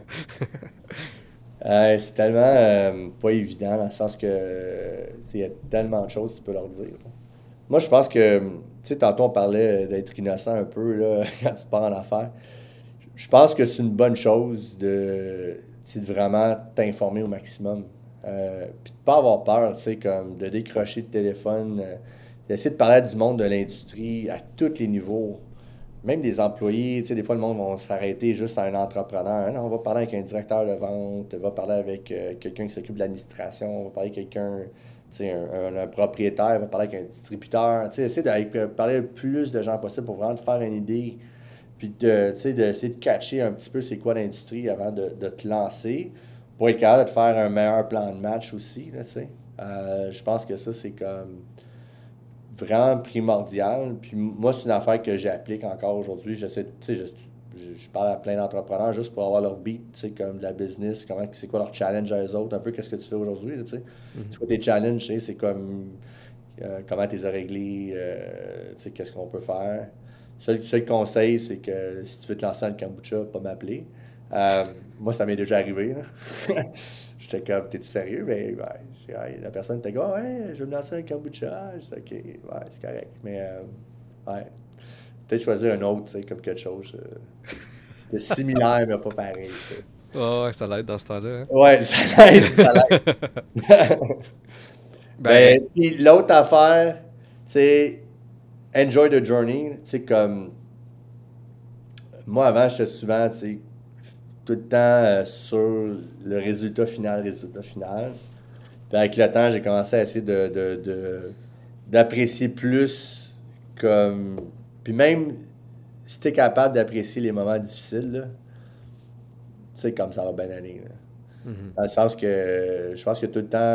C'est tellement pas évident dans le sens que il y a tellement de choses que tu peux leur dire, là. Moi, je pense que, tu sais, tantôt on parlait d'être innocent un peu là, quand tu te pars en affaires. Je pense que c'est une bonne chose tu sais, de vraiment t'informer au maximum. Puis de pas avoir peur, tu sais, comme de décrocher le téléphone, d'essayer de parler à du monde de l'industrie à tous les niveaux. Même des employés, tu sais, des fois, le monde va s'arrêter juste à un entrepreneur. Non, on va parler avec un directeur de vente, on va parler avec quelqu'un qui s'occupe de l'administration, on va parler avec quelqu'un, tu sais, un propriétaire, on va parler avec un distributeur. Tu sais, essayer de parler avec le plus de gens possible pour vraiment te faire une idée. Puis, tu sais, d'essayer de catcher un petit peu c'est quoi l'industrie avant de te lancer pour être capable de te faire un meilleur plan de match aussi, là, tu sais. Je pense que ça, c'est comme vraiment primordial. Puis moi, c'est une affaire que j'applique encore aujourd'hui. J'essaie, tu sais, je parle à plein d'entrepreneurs juste pour avoir leur beat, tu sais, comme de la business, comment, c'est quoi leur challenge à eux autres, un peu qu'est-ce que tu fais aujourd'hui, là, tu sais. C'est Mhm. quoi tes challenges, tu sais, c'est comme comment tu les as réglés, tu sais, qu'est-ce qu'on peut faire. Seul conseil, c'est que si tu veux te lancer dans le kombucha, pas m'appeler. Euh, Moi, ça m'est déjà arrivé, là. J'étais comme, t'es-tu sérieux? Mais ouais, ouais, la personne était comme, ouais, je vais me lancer dans le kombucha. Je dis, ok, ouais, c'est correct. Mais ouais, peut-être choisir un autre, tu sais, comme quelque chose de similaire, mais pas pareil, tu sais. Ouais, ouais, ça l'aide dans ce temps-là, hein. Ouais, ça l'aide, ça l'aide. Ben, Ben, puis l'autre affaire, c'est enjoy the journey. Tu sais, comme moi, avant, j'étais souvent, tu sais, tout le temps sur le résultat final, résultat final. Puis avec le temps, j'ai commencé à essayer d'apprécier plus comme. Puis même si t'es capable d'apprécier les moments difficiles, là, tu sais, comme ça va bien aller, là. mhm. Dans le sens que je pense que tout le temps.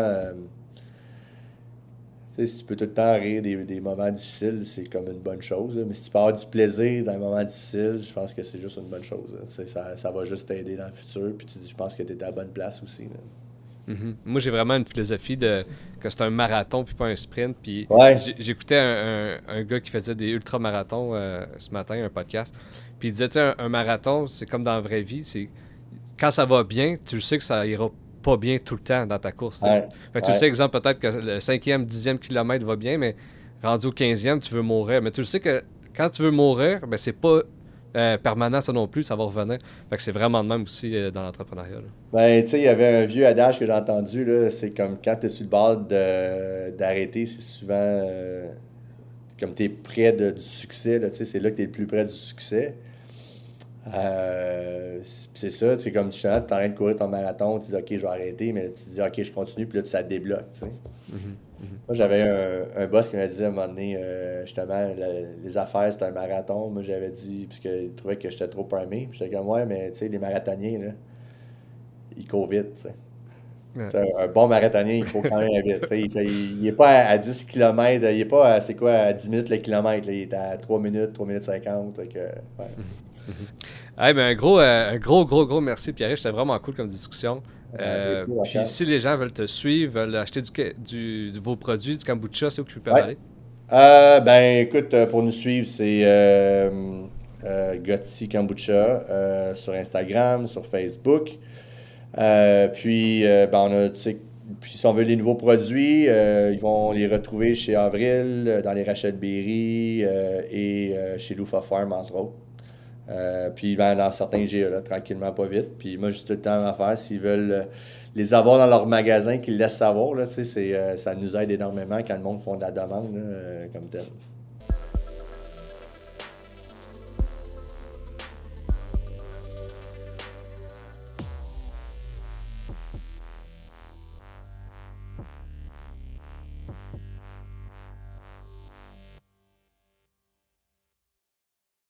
Tu sais, si tu peux tout le temps rire des moments difficiles, c'est comme une bonne chose, là. Mais si tu peux avoir du plaisir dans les moments difficiles, je pense que c'est juste une bonne chose, là. Tu sais, ça va juste t'aider dans le futur. Puis je pense que tu es à la bonne place aussi, là. Mhm. Moi, j'ai vraiment une philosophie de que c'est un marathon puis pas un sprint. Puis Ouais, j'écoutais un gars qui faisait des ultramarathons ce matin, un podcast. Puis il disait, tu sais, un marathon, c'est comme dans la vraie vie. C'est quand ça va bien, tu le sais que ça ira pas bien tout le temps dans ta course, tu sais. ouais, Fait que tu le ouais, sais, exemple, peut-être que le cinquième, dixième kilomètre va bien, mais rendu au quinzième, tu veux mourir. Mais tu le sais que quand tu veux mourir, ben c'est pas permanent ça non plus, ça va revenir. Fait que c'est vraiment de même aussi dans l'entrepreneuriat, là. ben, tu sais, il y avait un vieux adage que j'ai entendu, là, c'est comme quand tu es sur le bord d'arrêter, c'est souvent comme tu es près du succès, là, tu sais, c'est là que tu es le plus près du succès. C'est ça, c'est comme tu es en train de courir ton marathon, tu dis OK, je vais arrêter, mais tu dis OK, je continue, puis là, ça te débloque, tu sais. Mhm, mhm. Moi, j'avais 100%. un boss qui m'a dit à un moment donné, justement, les affaires, c'est un marathon. Moi, j'avais dit, puisqu'il trouvait que j'étais trop primé. Puis j'étais comme, ouais, mais tu sais, les marathoniens, là, ils courent vite, tu sais. Ouais. Tu sais, un bon marathonien, il court quand même vite. Tu sais, il est pas à 10 km, il est pas à, c'est quoi, à 10 minutes le kilomètre, là, il est à 3 minutes, 3 minutes 50. Fait que, ouais. Mhm, mhm. Ah, ben un gros merci, Pierre. C'était vraiment cool comme discussion. Apprécié, Puis Rachel. si les gens veulent te suivre, veulent acheter de vos produits, du kombucha, c'est où qu'ils peuvent Ouais. aller? Ben, écoute, pour nous suivre, c'est Gotsi Kombucha sur Instagram, sur Facebook. Ben, tu sais, puis si on veut les nouveaux produits, ils vont les retrouver chez Avril, dans les Rachel Berry et chez Loufa Farm, entre autres. Puis ben, dans certains GA, là, tranquillement, pas vite. Puis moi, j'ai tout le temps à faire. S'ils veulent les avoir dans leur magasin, qu'ils le laissent savoir, là, tu sais, ça nous aide énormément quand le monde font de la demande, là, comme tel.